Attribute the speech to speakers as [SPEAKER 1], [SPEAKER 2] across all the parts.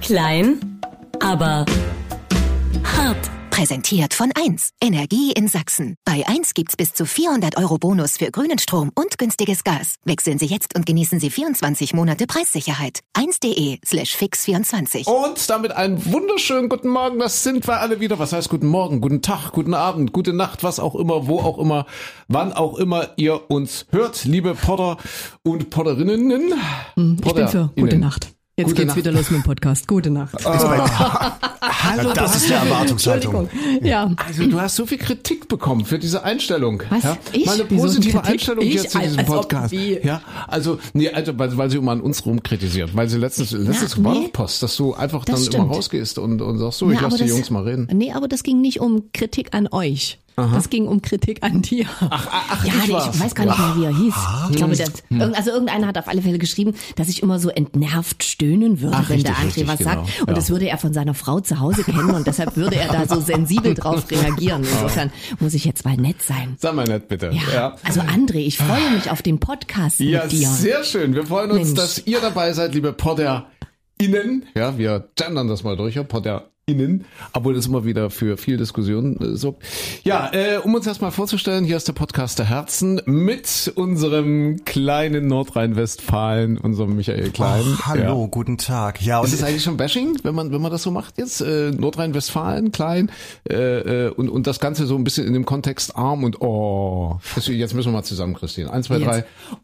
[SPEAKER 1] Klein, aber hart.
[SPEAKER 2] Präsentiert von 1. Energie in Sachsen. Bei 1 gibt's bis zu 400 € Bonus für grünen Strom und günstiges Gas. Wechseln Sie jetzt und genießen Sie 24 Monate Preissicherheit. 1.de/fix24.
[SPEAKER 3] Und damit einen wunderschönen guten Morgen. Das sind wir alle wieder. Was heißt guten Morgen, guten Tag, guten Abend, gute Nacht, was auch immer, wo auch immer, wann auch immer ihr uns hört, liebe Podder und Podderinnen.
[SPEAKER 4] Ich bin für gute Nacht. Jetzt
[SPEAKER 3] Gute
[SPEAKER 4] geht's
[SPEAKER 3] Nacht.
[SPEAKER 4] wieder los mit dem Podcast. Gute Nacht.
[SPEAKER 3] Hallo,
[SPEAKER 5] Das ist die Erwartungshaltung.
[SPEAKER 4] Ja.
[SPEAKER 3] Also du hast so viel Kritik bekommen für diese Einstellung.
[SPEAKER 4] Was?
[SPEAKER 3] Ja?
[SPEAKER 4] Ich?
[SPEAKER 3] Mal eine
[SPEAKER 4] Wieso
[SPEAKER 3] positive
[SPEAKER 4] Kritik?
[SPEAKER 3] Einstellung
[SPEAKER 4] Ich?
[SPEAKER 3] jetzt in diesem
[SPEAKER 4] Als ob
[SPEAKER 3] Podcast.
[SPEAKER 4] wie?
[SPEAKER 3] Ja, also weil sie immer an uns rum kritisiert, weil sie letztens war doch Post, dass du einfach dann immer rausgehst und sagst so, ich lass die Jungs mal reden.
[SPEAKER 4] Nee, aber das ging nicht um Kritik an euch. Das ging um Kritik an dir.
[SPEAKER 3] Ach,
[SPEAKER 4] ja, ich weiß gar nicht mehr, wie er hieß. Ich glaube, irgendeiner hat auf alle Fälle geschrieben, dass ich immer so entnervt stöhnen würde, wenn der André was sagt. Und das würde er von seiner Frau zu Hause kennen und deshalb würde er da so sensibel drauf reagieren. Insofern muss ich jetzt mal nett sein.
[SPEAKER 3] Sag mal nett, bitte.
[SPEAKER 4] Ja. Also André, ich freue mich auf den Podcast mit dir.
[SPEAKER 3] Ja, sehr schön. Wir freuen uns,
[SPEAKER 4] Mensch.
[SPEAKER 3] dass ihr dabei seid, liebe PodderInnen. Ja, wir gendern das mal durch, ja, PodderInnen, obwohl das immer wieder für viel Diskussion sorgt. Ja, um uns erstmal vorzustellen, hier ist der Podcast der Herzen mit unserem kleinen Nordrhein-Westfalen, unserem Michael Klein.
[SPEAKER 5] Hallo,
[SPEAKER 3] Ja.
[SPEAKER 5] guten Tag. Ja, und
[SPEAKER 3] Ist es eigentlich schon Bashing, wenn man das so macht jetzt? Nordrhein-Westfalen, klein und das Ganze so ein bisschen in dem Kontext arm und Jetzt müssen wir mal zusammen, Christine. 1, 2, 3.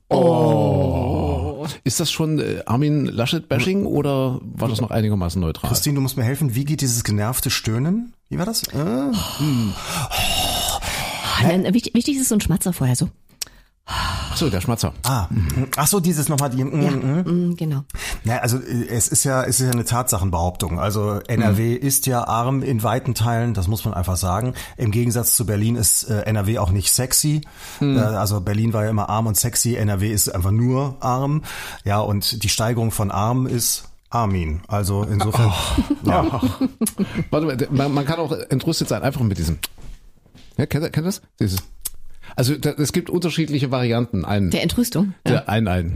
[SPEAKER 3] Oh. Ist das schon Armin Laschet-Bashing oder war das noch einigermaßen neutral?
[SPEAKER 5] Christine, du musst mir helfen. Wie geht dieses genervte Stöhnen? Wie war das?
[SPEAKER 4] Nein, wichtig ist so ein Schmatzer vorher so.
[SPEAKER 3] Ach so, der Schmatzer.
[SPEAKER 5] Ach so, dieses nochmal die.
[SPEAKER 4] Genau.
[SPEAKER 5] Na, also es ist ja eine Tatsachenbehauptung. Also NRW ist ja arm in weiten Teilen, das muss man einfach sagen. Im Gegensatz zu Berlin ist NRW auch nicht sexy. Also Berlin war ja immer arm und sexy, NRW ist einfach nur arm. Ja, und die Steigerung von arm ist Armin. Also insofern. Ja.
[SPEAKER 3] Warte mal, man kann auch entrüstet sein, einfach mit diesem. Ja, kennt ihr das? Dieses. Also es gibt unterschiedliche Varianten.
[SPEAKER 4] Der Entrüstung.
[SPEAKER 3] Ein.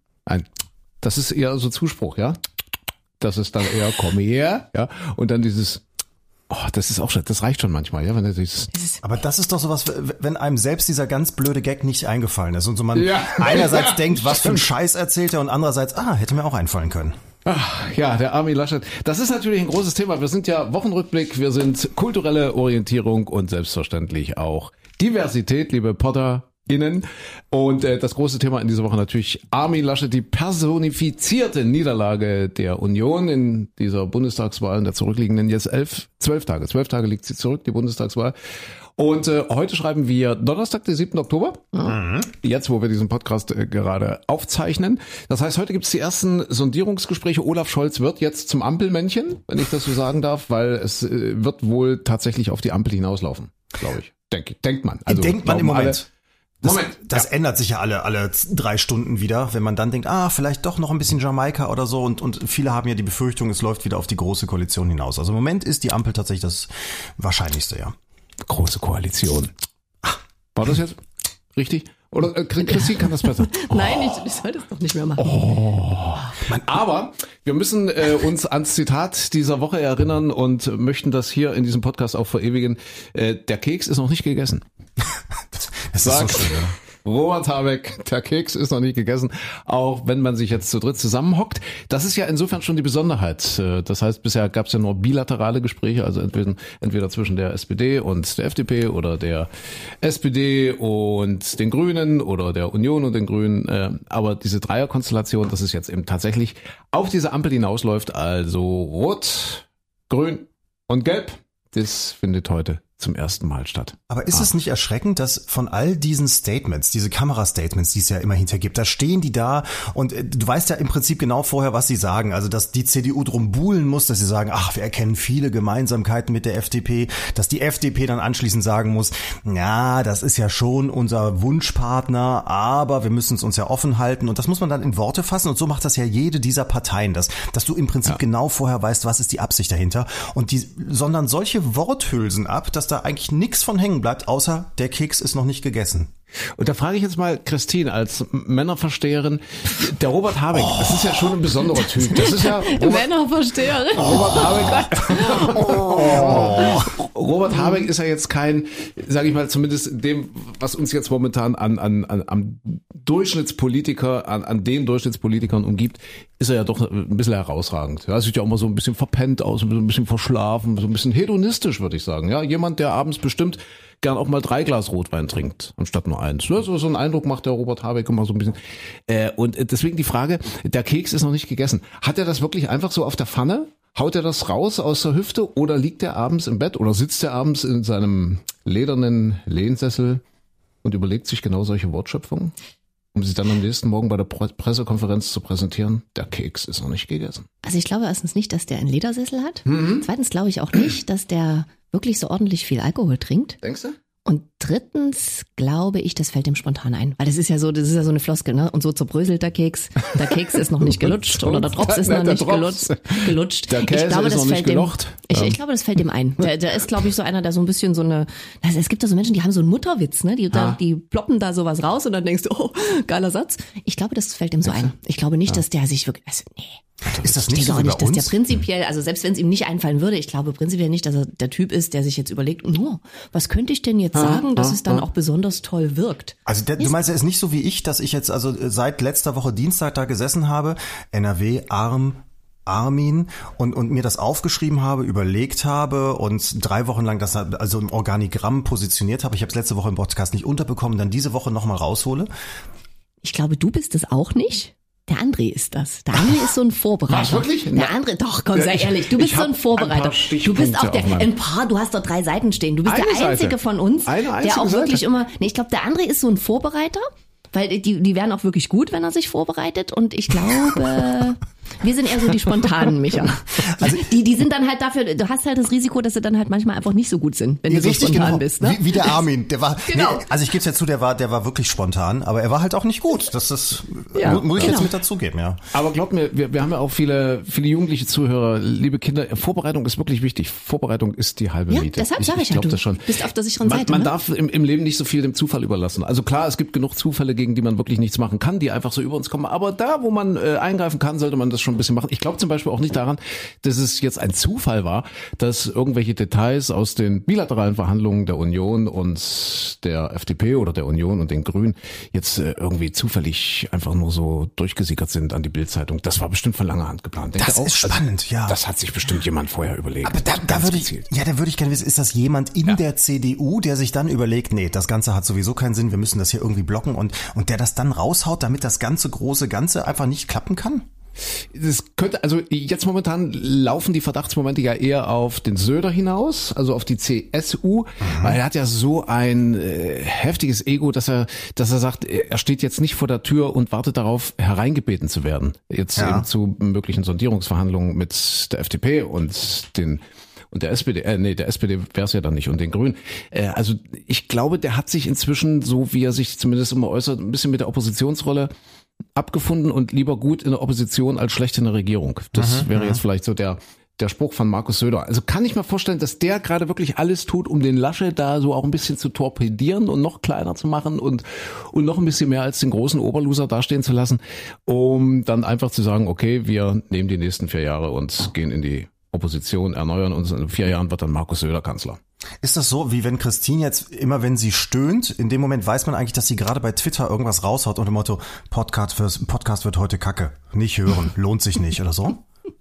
[SPEAKER 3] Das ist eher so Zuspruch, ja. Das ist dann eher komm her, ja. Und dann dieses, das ist auch schon, das reicht schon manchmal, ja, wenn er dieses.
[SPEAKER 5] Aber das ist doch sowas, wenn einem selbst dieser ganz blöde Gag nicht eingefallen ist und so man einerseits denkt, was für ein Scheiß erzählt er und andererseits, hätte mir auch einfallen können.
[SPEAKER 3] Ja, der Armin Laschet. Das ist natürlich ein großes Thema. Wir sind ja Wochenrückblick, wir sind kulturelle Orientierung und selbstverständlich auch Diversität, liebe PodderInnen. Und das große Thema in dieser Woche natürlich Armin Laschet, die personifizierte Niederlage der Union in dieser Bundestagswahl, in der zurückliegenden jetzt 12 Tage. 12 Tage liegt sie zurück, die Bundestagswahl. Und heute schreiben wir Donnerstag, den 7. Oktober. Jetzt, wo wir diesen Podcast gerade aufzeichnen. Das heißt, heute gibt es die ersten Sondierungsgespräche. Olaf Scholz wird jetzt zum Ampelmännchen, wenn ich das so sagen darf, weil es wird wohl tatsächlich auf die Ampel hinauslaufen, glaube ich. Denkt man. Also,
[SPEAKER 5] denkt man im Moment.
[SPEAKER 3] Moment.
[SPEAKER 5] Das ändert sich ja alle 3 Stunden wieder, wenn man dann denkt, vielleicht doch noch ein bisschen Jamaika oder so und viele haben ja die Befürchtung, es läuft wieder auf die große Koalition hinaus. Also im Moment ist die Ampel tatsächlich das Wahrscheinlichste, ja.
[SPEAKER 3] Große Koalition. War das jetzt richtig? Oder Christine kann das besser?
[SPEAKER 4] Nein, ich soll das doch nicht mehr machen.
[SPEAKER 3] Aber wir müssen uns ans Zitat dieser Woche erinnern und möchten das hier in diesem Podcast auch verewigen. Der Keks ist noch nicht gegessen.
[SPEAKER 5] Das ist so schön, ja.
[SPEAKER 3] Robert Habeck, der Keks ist noch nicht gegessen, auch wenn man sich jetzt zu dritt zusammenhockt. Das ist ja insofern schon die Besonderheit. Das heißt, bisher gab es ja nur bilaterale Gespräche, also entweder zwischen der SPD und der FDP oder der SPD und den Grünen oder der Union und den Grünen. Aber diese Dreierkonstellation, das ist jetzt eben tatsächlich auf diese Ampel hinausläuft, also Rot, Grün und Gelb, das findet heute zum ersten Mal statt.
[SPEAKER 5] Aber ist es nicht erschreckend, dass von all diesen Statements, diese Kamerastatements, die es ja immer hintergibt, da stehen die da und du weißt ja im Prinzip genau vorher, was sie sagen. Also, dass die CDU drum buhlen muss, dass sie sagen, wir erkennen viele Gemeinsamkeiten mit der FDP, dass die FDP dann anschließend sagen muss, ja, das ist ja schon unser Wunschpartner, aber wir müssen es uns ja offen halten und das muss man dann in Worte fassen und so macht das ja jede dieser Parteien, dass du im Prinzip genau vorher weißt, was ist die Absicht dahinter und sondern solche Worthülsen ab, dass da eigentlich nichts von hängen bleibt, außer der Keks ist noch nicht gegessen.
[SPEAKER 3] Und da frage ich jetzt mal Christine als Männerversteherin, der Robert Habeck, das ist ja schon ein besonderer Typ. Das ist ja
[SPEAKER 4] Männerversteherin.
[SPEAKER 3] Robert Habeck ist ja jetzt kein, sage ich mal, zumindest dem, was uns jetzt momentan am Durchschnittspolitiker, an den Durchschnittspolitikern umgibt, ist er ja doch ein bisschen herausragend. Ja, sieht ja auch mal so ein bisschen verpennt aus, ein bisschen verschlafen, so ein bisschen hedonistisch, würde ich sagen. Ja, jemand, der abends bestimmt gern auch mal 3 Glas Rotwein trinkt, anstatt nur 1. So einen Eindruck macht der Robert Habeck immer so ein bisschen. Und deswegen die Frage, der Keks ist noch nicht gegessen. Hat er das wirklich einfach so auf der Pfanne? Haut er das raus aus der Hüfte oder liegt er abends im Bett oder sitzt er abends in seinem ledernen Lehnsessel und überlegt sich genau solche Wortschöpfungen, um sie dann am nächsten Morgen bei der Pressekonferenz zu präsentieren? Der Keks ist noch nicht gegessen.
[SPEAKER 4] Also ich glaube erstens nicht, dass der einen Ledersessel hat. Zweitens glaube ich auch nicht, dass der wirklich so ordentlich viel Alkohol trinkt.
[SPEAKER 3] Denkst du?
[SPEAKER 4] Und drittens glaube ich, das fällt ihm spontan ein. Weil das ist ja so eine Floskel, ne? Und so zerbröselt der Keks. Der Keks ist noch nicht gelutscht oder der Drops ist noch nicht gelutscht.
[SPEAKER 3] Der Käse ist noch nicht gelocht.
[SPEAKER 4] Ich glaube, das fällt ihm ein. Der ist, glaube ich, so einer, der so ein bisschen also es gibt da so Menschen, die haben so einen Mutterwitz, ne? Die ploppen da sowas raus und dann denkst du, oh, geiler Satz. Ich glaube, das fällt ihm so ein. Ich glaube nicht, dass der sich wirklich, nee.
[SPEAKER 5] Ist das nicht
[SPEAKER 4] ich denke
[SPEAKER 5] so
[SPEAKER 4] auch nicht,
[SPEAKER 5] bei uns?
[SPEAKER 4] Dass der prinzipiell, also selbst wenn es ihm nicht einfallen würde, ich glaube prinzipiell nicht, dass er der Typ ist, der sich jetzt überlegt, was könnte ich denn jetzt sagen, dass es dann auch besonders toll wirkt.
[SPEAKER 5] Also du meinst, er ist nicht so wie ich, dass ich jetzt also seit letzter Woche Dienstag da gesessen habe, NRW, Armin und mir das aufgeschrieben habe, überlegt habe und 3 Wochen lang das also im Organigramm positioniert habe. Ich habe es letzte Woche im Podcast nicht unterbekommen, dann diese Woche nochmal raushole.
[SPEAKER 4] Ich glaube, du bist es auch nicht. Der André ist das. Der André ist so ein Vorbereiter.
[SPEAKER 3] Was, wirklich?
[SPEAKER 4] Der André, doch, komm, sei ehrlich. Du bist so ein Vorbereiter. Du bist auch du hast doch 3 Seiten stehen. Du bist der Einzige von uns, der auch wirklich immer, ich glaube, der André ist so ein Vorbereiter, weil die wären auch wirklich gut, wenn er sich vorbereitet und ich glaube, wir sind eher so die spontanen, Micha. Also, die sind dann halt dafür, du hast halt das Risiko, dass sie dann halt manchmal einfach nicht so gut sind, wenn du so spontan bist. Ne?
[SPEAKER 5] Wie der Armin, der war,
[SPEAKER 4] genau.
[SPEAKER 5] Also ich gebe es ja zu, der war wirklich spontan, aber er war halt auch nicht gut. Das muss ich jetzt mit dazugeben, ja.
[SPEAKER 3] Aber glaub mir, wir haben ja auch viele jugendliche Zuhörer, liebe Kinder, Vorbereitung ist wirklich wichtig. Vorbereitung ist die halbe Miete.
[SPEAKER 4] Deshalb sage ich ja, du bist auf der sicheren Seite.
[SPEAKER 3] Man darf im Leben nicht so viel dem Zufall überlassen. Also klar, es gibt genug Zufälle, gegen die man wirklich nichts machen kann, die einfach so über uns kommen. Aber da, wo man eingreifen kann, sollte man das schon ein bisschen machen. Ich glaube zum Beispiel auch nicht daran, dass es jetzt ein Zufall war, dass irgendwelche Details aus den bilateralen Verhandlungen der Union und der FDP oder der Union und den Grünen jetzt irgendwie zufällig einfach nur so durchgesickert sind an die Bild-Zeitung. Das war bestimmt von langer Hand geplant.
[SPEAKER 5] Das ist spannend, ja.
[SPEAKER 3] Das hat sich bestimmt jemand vorher überlegt.
[SPEAKER 5] Aber da würde ich gerne wissen, ist das jemand in der CDU, der sich dann überlegt, nee, das Ganze hat sowieso keinen Sinn, wir müssen das hier irgendwie blocken und der das dann raushaut, damit das große Ganze einfach nicht klappen kann?
[SPEAKER 3] Das könnte, also jetzt momentan laufen die Verdachtsmomente ja eher auf den Söder hinaus, also auf die CSU, weil er hat ja so ein heftiges Ego, dass er sagt, er steht jetzt nicht vor der Tür und wartet darauf, hereingebeten zu werden. Jetzt eben zu möglichen Sondierungsverhandlungen mit der FDP und der SPD, der SPD wäre es ja dann nicht und den Grünen. Also ich glaube, der hat sich inzwischen, so wie er sich zumindest immer äußert, ein bisschen mit der Oppositionsrolle abgefunden und lieber gut in der Opposition als schlecht in der Regierung. Das wäre jetzt vielleicht so der Spruch von Markus Söder. Also kann ich mir vorstellen, dass der gerade wirklich alles tut, um den Laschet da so auch ein bisschen zu torpedieren und noch kleiner zu machen und noch ein bisschen mehr als den großen Oberloser dastehen zu lassen, um dann einfach zu sagen, okay, wir nehmen die nächsten 4 Jahre und gehen in die Opposition, erneuern uns. In 4 Jahren wird dann Markus Söder Kanzler.
[SPEAKER 5] Ist das so, wie wenn Christine jetzt immer, wenn sie stöhnt, in dem Moment weiß man eigentlich, dass sie gerade bei Twitter irgendwas raushaut unter dem Motto, Podcast wird heute Kacke. Nicht hören, lohnt sich nicht oder so?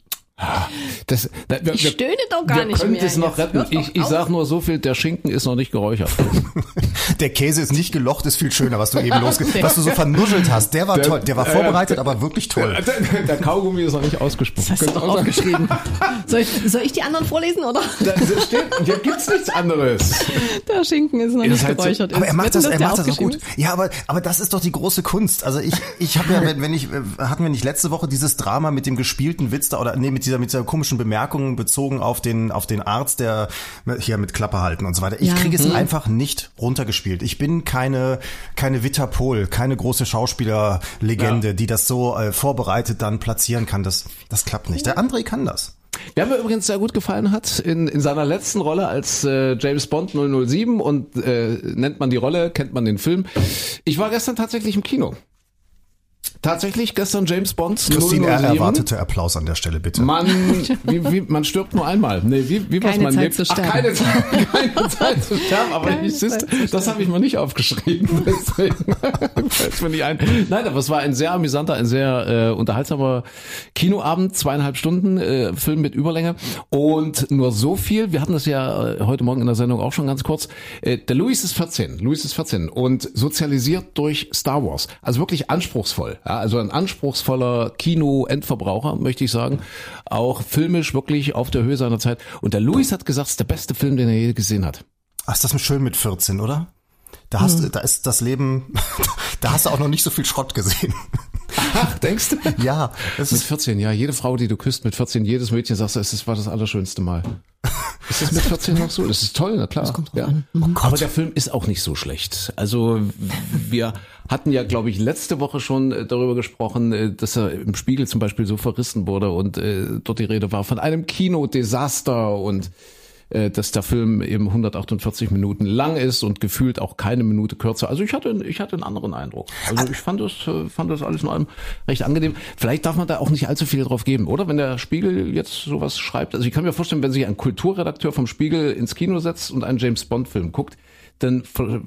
[SPEAKER 4] Ich stöhne doch gar nicht mehr.
[SPEAKER 3] Wir können es noch retten. Ich sag nur so viel, der Schinken ist noch nicht geräuchert.
[SPEAKER 5] Der Käse ist nicht gelocht, ist viel schöner, was du eben was du so vernuschelt hast. Der war toll, der war vorbereitet, aber wirklich toll.
[SPEAKER 3] Der Kaugummi ist noch nicht geräuchert.
[SPEAKER 4] Das hast du doch aufgeschrieben. Soll ich die anderen vorlesen, oder?
[SPEAKER 3] Hier gibt's nichts anderes.
[SPEAKER 4] Der Schinken ist noch nicht geräuchert.
[SPEAKER 5] Aber er macht das auch gut. Ja, aber das ist doch die große Kunst. Also ich habe ja, hatten wir nicht letzte Woche dieses Drama mit dem gespielten Witz da, oder mit dieser komischen Bemerkung bezogen auf den Arzt, der hier mit Klappe halten und so weiter. Ich kriege es einfach nicht runtergespielt. Ich bin keine Witter Pohl, keine große Schauspielerlegende, die das so vorbereitet dann platzieren kann. Das klappt nicht. Der André kann das.
[SPEAKER 3] Wer mir übrigens sehr gut gefallen hat, in seiner letzten Rolle als James Bond 007 und nennt man die Rolle, kennt man den Film. Ich war gestern tatsächlich im Kino. Tatsächlich gestern James Bond 007.
[SPEAKER 5] Christine, erwartete Applaus an der Stelle, bitte.
[SPEAKER 3] Man stirbt nur einmal. Nee, wie was man lebt. Ach, keine Zeit zu sterben, aber das habe ich mir nicht aufgeschrieben. Deswegen fällt mir nicht ein. Nein, aber es war ein sehr amüsanter, ein sehr unterhaltsamer Kinoabend, 2,5 Stunden, Film mit Überlänge. Und nur so viel, wir hatten das ja heute Morgen in der Sendung auch schon ganz kurz, der Louis ist 14 und sozialisiert durch Star Wars. Also wirklich anspruchsvoll. Ja, also ein anspruchsvoller Kino-Endverbraucher, möchte ich sagen. Auch filmisch wirklich auf der Höhe seiner Zeit. Und der Louis hat gesagt, es ist der beste Film, den er je gesehen hat.
[SPEAKER 5] Ach, ist das schön mit 14, oder? Da ist das Leben, da hast du auch noch nicht so viel Schrott gesehen.
[SPEAKER 3] Ach, denkst du?
[SPEAKER 5] Ja.
[SPEAKER 3] Mit 14, ja. Jede Frau, die du küsst mit 14, jedes Mädchen, sagst du, das war das allerschönste Mal. Ist das mit 14 noch so? Das ist toll, na klar. Das kommt drauf an. Oh Gott. Aber der Film ist auch nicht so schlecht. Also wir hatten ja, glaube ich, letzte Woche schon darüber gesprochen, dass er im Spiegel zum Beispiel so verrissen wurde und dort die Rede war von einem Kinodesaster und dass der Film eben 148 Minuten lang ist und gefühlt auch keine Minute kürzer. Also ich hatte einen anderen Eindruck. Also ich fand das alles in allem recht angenehm. Vielleicht darf man da auch nicht allzu viel drauf geben, oder? Wenn der Spiegel jetzt sowas schreibt. Also ich kann mir vorstellen, wenn sich ein Kulturredakteur vom Spiegel ins Kino setzt und einen James-Bond-Film guckt, dann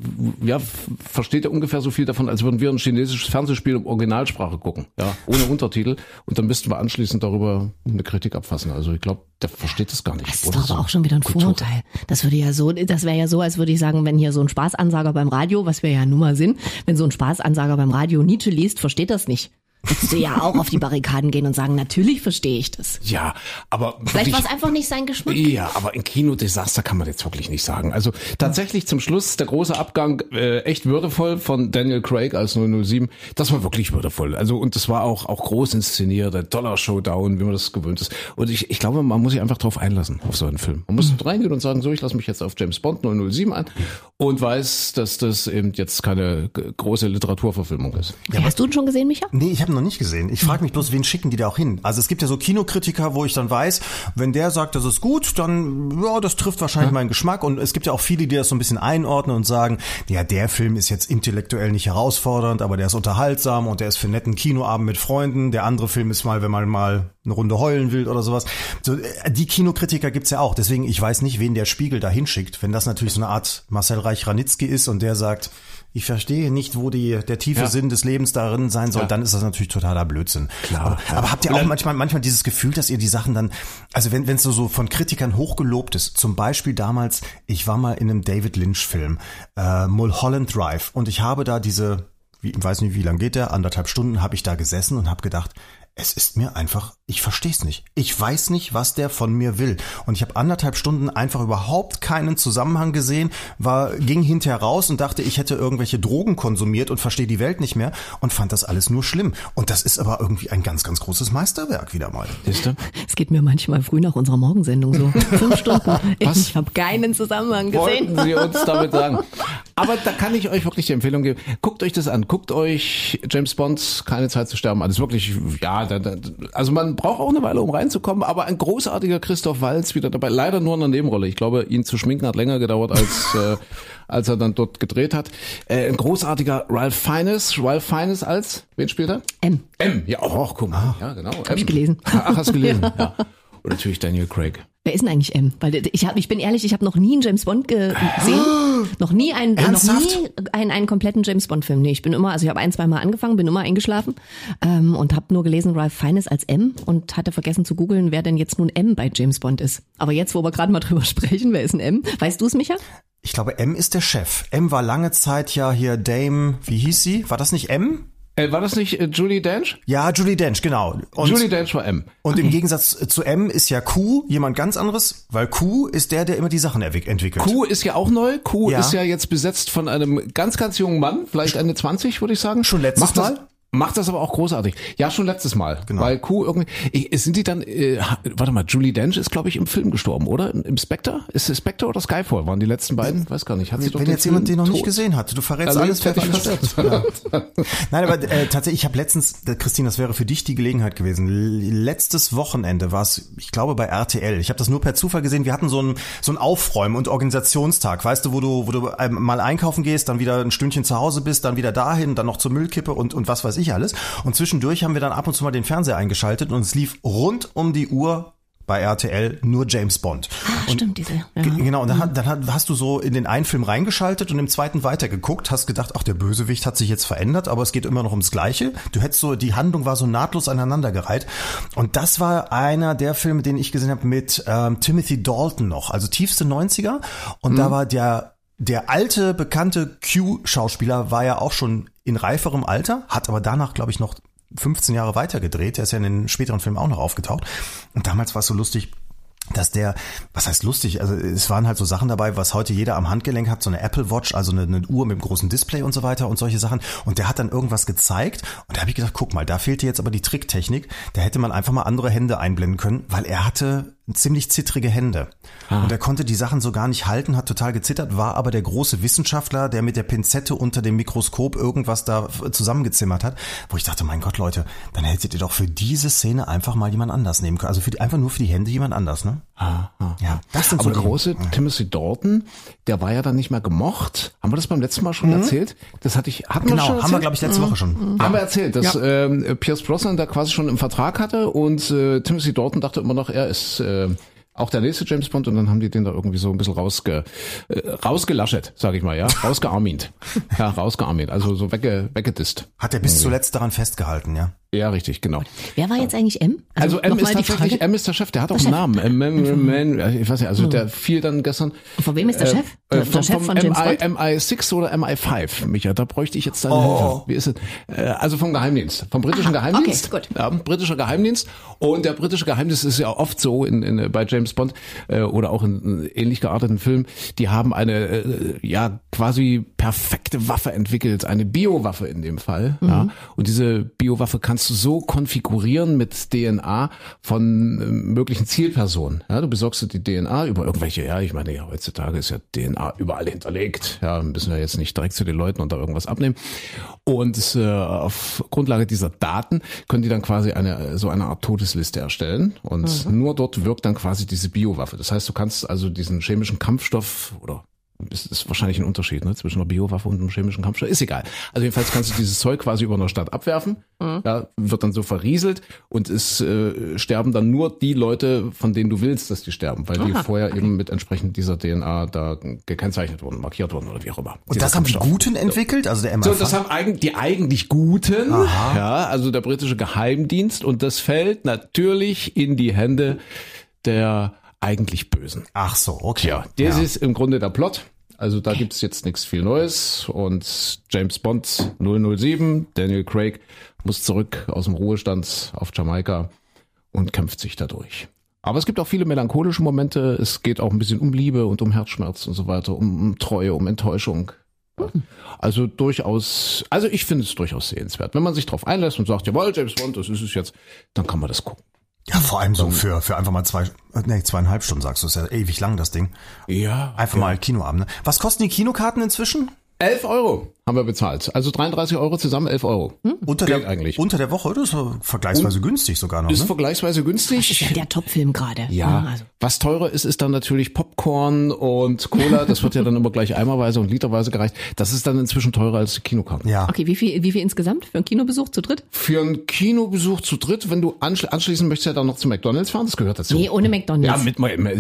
[SPEAKER 3] versteht er ungefähr so viel davon, als würden wir ein chinesisches Fernsehspiel in Originalsprache gucken, ja, ohne Untertitel. Und dann müssten wir anschließend darüber eine Kritik abfassen. Also ich glaube, der versteht das gar nicht.
[SPEAKER 4] Das ist doch aber auch schon wieder ein Vorurteil. Das wäre ja so, als würde ich sagen, wenn hier so ein Spaßansager beim Radio, was wir ja nun mal sind, wenn so ein Spaßansager beim Radio Nietzsche liest, versteht das nicht. Würdest du ja auch auf die Barrikaden gehen und sagen, natürlich verstehe ich das.
[SPEAKER 3] Ja, aber
[SPEAKER 4] vielleicht war es einfach nicht sein Geschmack.
[SPEAKER 3] Ja, aber ein Kinodesaster kann man jetzt wirklich nicht sagen. Also tatsächlich zum Schluss der große Abgang, echt würdevoll von Daniel Craig als 007. Das war wirklich würdevoll. Also und das war auch groß inszeniert, der Dollar-Showdown, wie man das gewöhnt ist. Und ich glaube, man muss sich einfach drauf einlassen auf so einen Film. Man muss reingehen und sagen, so, ich lasse mich jetzt auf James Bond 007 ein und weiß, dass das eben jetzt keine große Literaturverfilmung ist.
[SPEAKER 4] Ja, hast du ihn schon gesehen, Micha?
[SPEAKER 5] Nee, ich habe noch nicht gesehen. Ich frage mich bloß, wen schicken die da auch hin? Also es gibt ja so Kinokritiker, wo ich dann weiß, wenn der sagt, das ist gut, dann, ja, das trifft wahrscheinlich meinen Geschmack. Und es gibt ja auch viele, die das so ein bisschen einordnen und sagen, ja, der Film ist jetzt intellektuell nicht herausfordernd, aber der ist unterhaltsam und der ist für einen netten Kinoabend mit Freunden. Der andere Film ist mal, wenn man mal eine Runde heulen will oder sowas. So, die Kinokritiker gibt's ja auch. Deswegen, ich weiß nicht, wen der Spiegel da hinschickt. Wenn das natürlich so eine Art Marcel Reich-Ranitzky ist und der sagt, ich verstehe nicht, wo der tiefe Sinn des Lebens darin sein soll, dann ist das natürlich totaler Blödsinn.
[SPEAKER 3] Klar.
[SPEAKER 5] Aber habt ihr auch manchmal dieses Gefühl, dass ihr die Sachen dann, also wenn es so von Kritikern hochgelobt ist, zum Beispiel damals, ich war mal in einem David Lynch-Film, Mulholland Drive, und ich habe da ich weiß nicht, wie lang geht der, 1,5 Stunden habe ich da gesessen und habe gedacht, es ist mir einfach, ich verstehe es nicht. Ich weiß nicht, was der von mir will. Und ich habe 1,5 Stunden einfach überhaupt keinen Zusammenhang gesehen, ging hinterher raus und dachte, ich hätte irgendwelche Drogen konsumiert und verstehe die Welt nicht mehr und fand das alles nur schlimm. Und das ist aber irgendwie ein ganz, ganz großes Meisterwerk wieder mal.
[SPEAKER 3] Siehst du?
[SPEAKER 4] Es geht mir manchmal früh nach unserer Morgensendung so. 5 Stunden.
[SPEAKER 3] Was?
[SPEAKER 4] Ich habe keinen Zusammenhang gesehen.
[SPEAKER 3] Wollten Sie uns damit sagen? Aber da kann ich euch wirklich die Empfehlung geben. Guckt euch das an. Guckt euch James Bond, keine Zeit zu sterben an. Das ist wirklich, ja, also man braucht auch eine Weile, um reinzukommen, aber ein großartiger Christoph Waltz wieder dabei. Leider nur in einer Nebenrolle. Ich glaube, ihn zu schminken hat länger gedauert, als er dann dort gedreht hat. Ein großartiger Ralph Fiennes. Ralph Fiennes als, wen spielt er?
[SPEAKER 4] M.
[SPEAKER 3] Ja, guck mal. Ja, genau.
[SPEAKER 4] Hab ich gelesen.
[SPEAKER 3] Ach, hast du gelesen? Ja. Und natürlich Daniel Craig.
[SPEAKER 4] Wer ist denn eigentlich M? Weil ich bin ehrlich, ich habe noch nie einen James Bond gesehen. Noch nie einen kompletten James Bond Film. Nee, ich habe 1-2 Mal angefangen, bin immer eingeschlafen und habe nur gelesen Ralph Fiennes als M und hatte vergessen zu googeln, wer denn jetzt nun M bei James Bond ist. Aber jetzt, wo wir gerade mal drüber sprechen, wer ist ein M? Weißt du es, Micha?
[SPEAKER 5] Ich glaube, M ist der Chef. M war lange Zeit ja hier Dame, wie hieß sie? War das nicht M?
[SPEAKER 3] War das nicht Judi Dench?
[SPEAKER 5] Ja, Judi Dench, genau. Und
[SPEAKER 3] Judi Dench war M.
[SPEAKER 5] Und im Gegensatz zu M ist ja Q jemand ganz anderes, weil Q ist der immer die Sachen entwickelt.
[SPEAKER 3] Q ist ja auch neu. Q ist ja jetzt besetzt von einem ganz, ganz jungen Mann, vielleicht Ende 20, würde ich sagen.
[SPEAKER 5] Schon letztes Mal?
[SPEAKER 3] Macht das aber auch großartig. Ja, schon letztes Mal. Genau. Weil Q irgendwie, sind die dann, warte mal, Judi Dench ist, glaube ich, im Film gestorben, oder? Im Spectre? Ist es Spectre oder Skyfall? Waren die letzten beiden? Weiß gar nicht. Hat sie doch
[SPEAKER 5] wenn jetzt jemand den noch nicht gesehen hat, du verrätst also alles, fertig verstört. Ja. Nein, aber tatsächlich, ich habe letztens, Christine, das wäre für dich die Gelegenheit gewesen. Letztes Wochenende war es, ich glaube, bei RTL. Ich habe das nur per Zufall gesehen. Wir hatten so einen Aufräumen- und Organisationstag, weißt du, wo du mal einkaufen gehst, dann wieder ein Stündchen zu Hause bist, dann wieder dahin, dann noch zur Müllkippe und was weiß ich alles. Und zwischendurch haben wir dann ab und zu mal den Fernseher eingeschaltet und es lief rund um die Uhr bei RTL nur James Bond.
[SPEAKER 4] Stimmt, diese. Ja.
[SPEAKER 5] Genau, und dann hast du so in den einen Film reingeschaltet und im zweiten weitergeguckt, hast gedacht, ach, der Bösewicht hat sich jetzt verändert, aber es geht immer noch ums Gleiche. Du hättest die Handlung war so nahtlos aneinandergereiht. Und das war einer der Filme, den ich gesehen habe mit Timothy Dalton noch, also tiefste 90er. Und da war der alte, bekannte Q-Schauspieler war ja auch schon in reiferem Alter, hat aber danach, glaube ich, noch 15 Jahre weiter gedreht. Der ist ja in den späteren Filmen auch noch aufgetaucht. Und damals war es so lustig, dass was heißt lustig, also es waren halt so Sachen dabei, was heute jeder am Handgelenk hat, so eine Apple Watch, also eine Uhr mit einem großen Display und so weiter und solche Sachen. Und der hat dann irgendwas gezeigt und da habe ich gedacht, guck mal, da fehlte jetzt aber die Tricktechnik. Da hätte man einfach mal andere Hände einblenden können, weil er hatte ziemlich zittrige Hände. Und er konnte die Sachen so gar nicht halten, hat total gezittert, war aber der große Wissenschaftler, der mit der Pinzette unter dem Mikroskop irgendwas da zusammengezimmert hat, wo ich dachte, mein Gott, Leute, dann hättet ihr doch für diese Szene einfach mal jemand anders nehmen können. Also einfach nur für die Hände jemand anders, ne? Ja, das sind so
[SPEAKER 3] aber große Timothy Dalton, der war ja dann nicht mehr gemocht. Haben wir das beim letzten Mal schon erzählt? Das hatten wir schon erzählt?
[SPEAKER 5] Haben wir, glaube ich, letzte Woche schon.
[SPEAKER 3] Haben wir erzählt, dass Pierce Brosnan da quasi schon im Vertrag hatte und Timothy Dalton dachte immer noch, er ist auch der nächste James Bond und dann haben die den da irgendwie so ein bisschen rausgelaschet, sag ich mal, ja, rausgearmint. Ja, rausgearmint, also so weggedisst.
[SPEAKER 5] Hat er bis zuletzt daran festgehalten, ja?
[SPEAKER 3] Ja, richtig, genau.
[SPEAKER 4] Wer war jetzt eigentlich M?
[SPEAKER 3] Also M ist tatsächlich, M ist der Chef, der hat auch einen Namen. Ich weiß nicht, also der fiel dann gestern.
[SPEAKER 4] Von wem ist der Chef? Der Chef von James Bond?
[SPEAKER 3] MI6 oder MI5, Micha, da bräuchte ich jetzt deine Hilfe. Wie ist es? Also vom Geheimdienst, vom britischen Geheimdienst.
[SPEAKER 4] Okay, gut.
[SPEAKER 3] Ja, britischer Geheimdienst. Und der britische Geheimdienst ist ja oft so bei James Bond oder auch in ähnlich gearteten Filmen, die haben eine quasi perfekte Waffe entwickelt, eine Biowaffe in dem Fall. Ja. Und diese Biowaffe kannst du so konfigurieren mit DNA von möglichen Zielpersonen. Ja, du besorgst dir die DNA über irgendwelche, ich meine, heutzutage ist ja DNA überall hinterlegt. Ja, müssen wir jetzt nicht direkt zu den Leuten und da irgendwas abnehmen. Und auf Grundlage dieser Daten können die dann quasi so eine Art Todesliste erstellen. Und nur dort wirkt dann quasi diese Biowaffe. Das heißt, du kannst also diesen chemischen Kampfstoff oder ist wahrscheinlich ein Unterschied, ne, zwischen einer Biowaffe und einem chemischen Kampfstoff. Ist egal. Also jedenfalls kannst du dieses Zeug quasi über einer Stadt abwerfen. Ja, wird dann so verrieselt und es sterben dann nur die Leute, von denen du willst, dass die sterben, weil die vorher eben mit entsprechend dieser DNA da gekennzeichnet wurden, markiert wurden oder wie auch immer.
[SPEAKER 5] Und das haben die Guten entwickelt, also der MI5?
[SPEAKER 3] So, das haben die eigentlich Guten, also der britische Geheimdienst, und das fällt natürlich in die Hände der eigentlich Bösen.
[SPEAKER 5] Ach so, okay.
[SPEAKER 3] Ja, das ist im Grunde der Plot. Also da gibt's jetzt nichts viel Neues und James Bond 007, Daniel Craig, muss zurück aus dem Ruhestand auf Jamaika und kämpft sich dadurch. Aber es gibt auch viele melancholische Momente. Es geht auch ein bisschen um Liebe und um Herzschmerz und so weiter, um Treue, um Enttäuschung. Also ich finde es durchaus sehenswert. Wenn man sich drauf einlässt und sagt, jawohl, James Bond, das ist es jetzt, dann kann man das gucken.
[SPEAKER 5] Ja, vor allem so für einfach mal 2,5 Stunden, sagst du, ist ja ewig lang, das Ding.
[SPEAKER 3] Ja.
[SPEAKER 5] Einfach mal Kinoabend, ne? Was kosten die Kinokarten inzwischen?
[SPEAKER 3] 11 € haben wir bezahlt. Also 33 € zusammen, 11 €.
[SPEAKER 5] Unter der Woche, das ist vergleichsweise günstig sogar noch, ne?
[SPEAKER 3] Ist vergleichsweise günstig.
[SPEAKER 4] Das ist ja der Topfilm gerade.
[SPEAKER 3] Ja, also. Was teurer ist dann natürlich Popcorn und Cola. Das wird ja dann immer gleich eimerweise und literweise gereicht. Das ist dann inzwischen teurer als die Kinokarten.
[SPEAKER 4] Ja. Okay, wie viel insgesamt für einen Kinobesuch zu dritt?
[SPEAKER 3] Für einen Kinobesuch zu dritt, wenn du anschließend möchtest, ja dann noch zu McDonald's fahren, das gehört dazu.
[SPEAKER 4] Nee, ohne McDonald's.
[SPEAKER 3] Ja,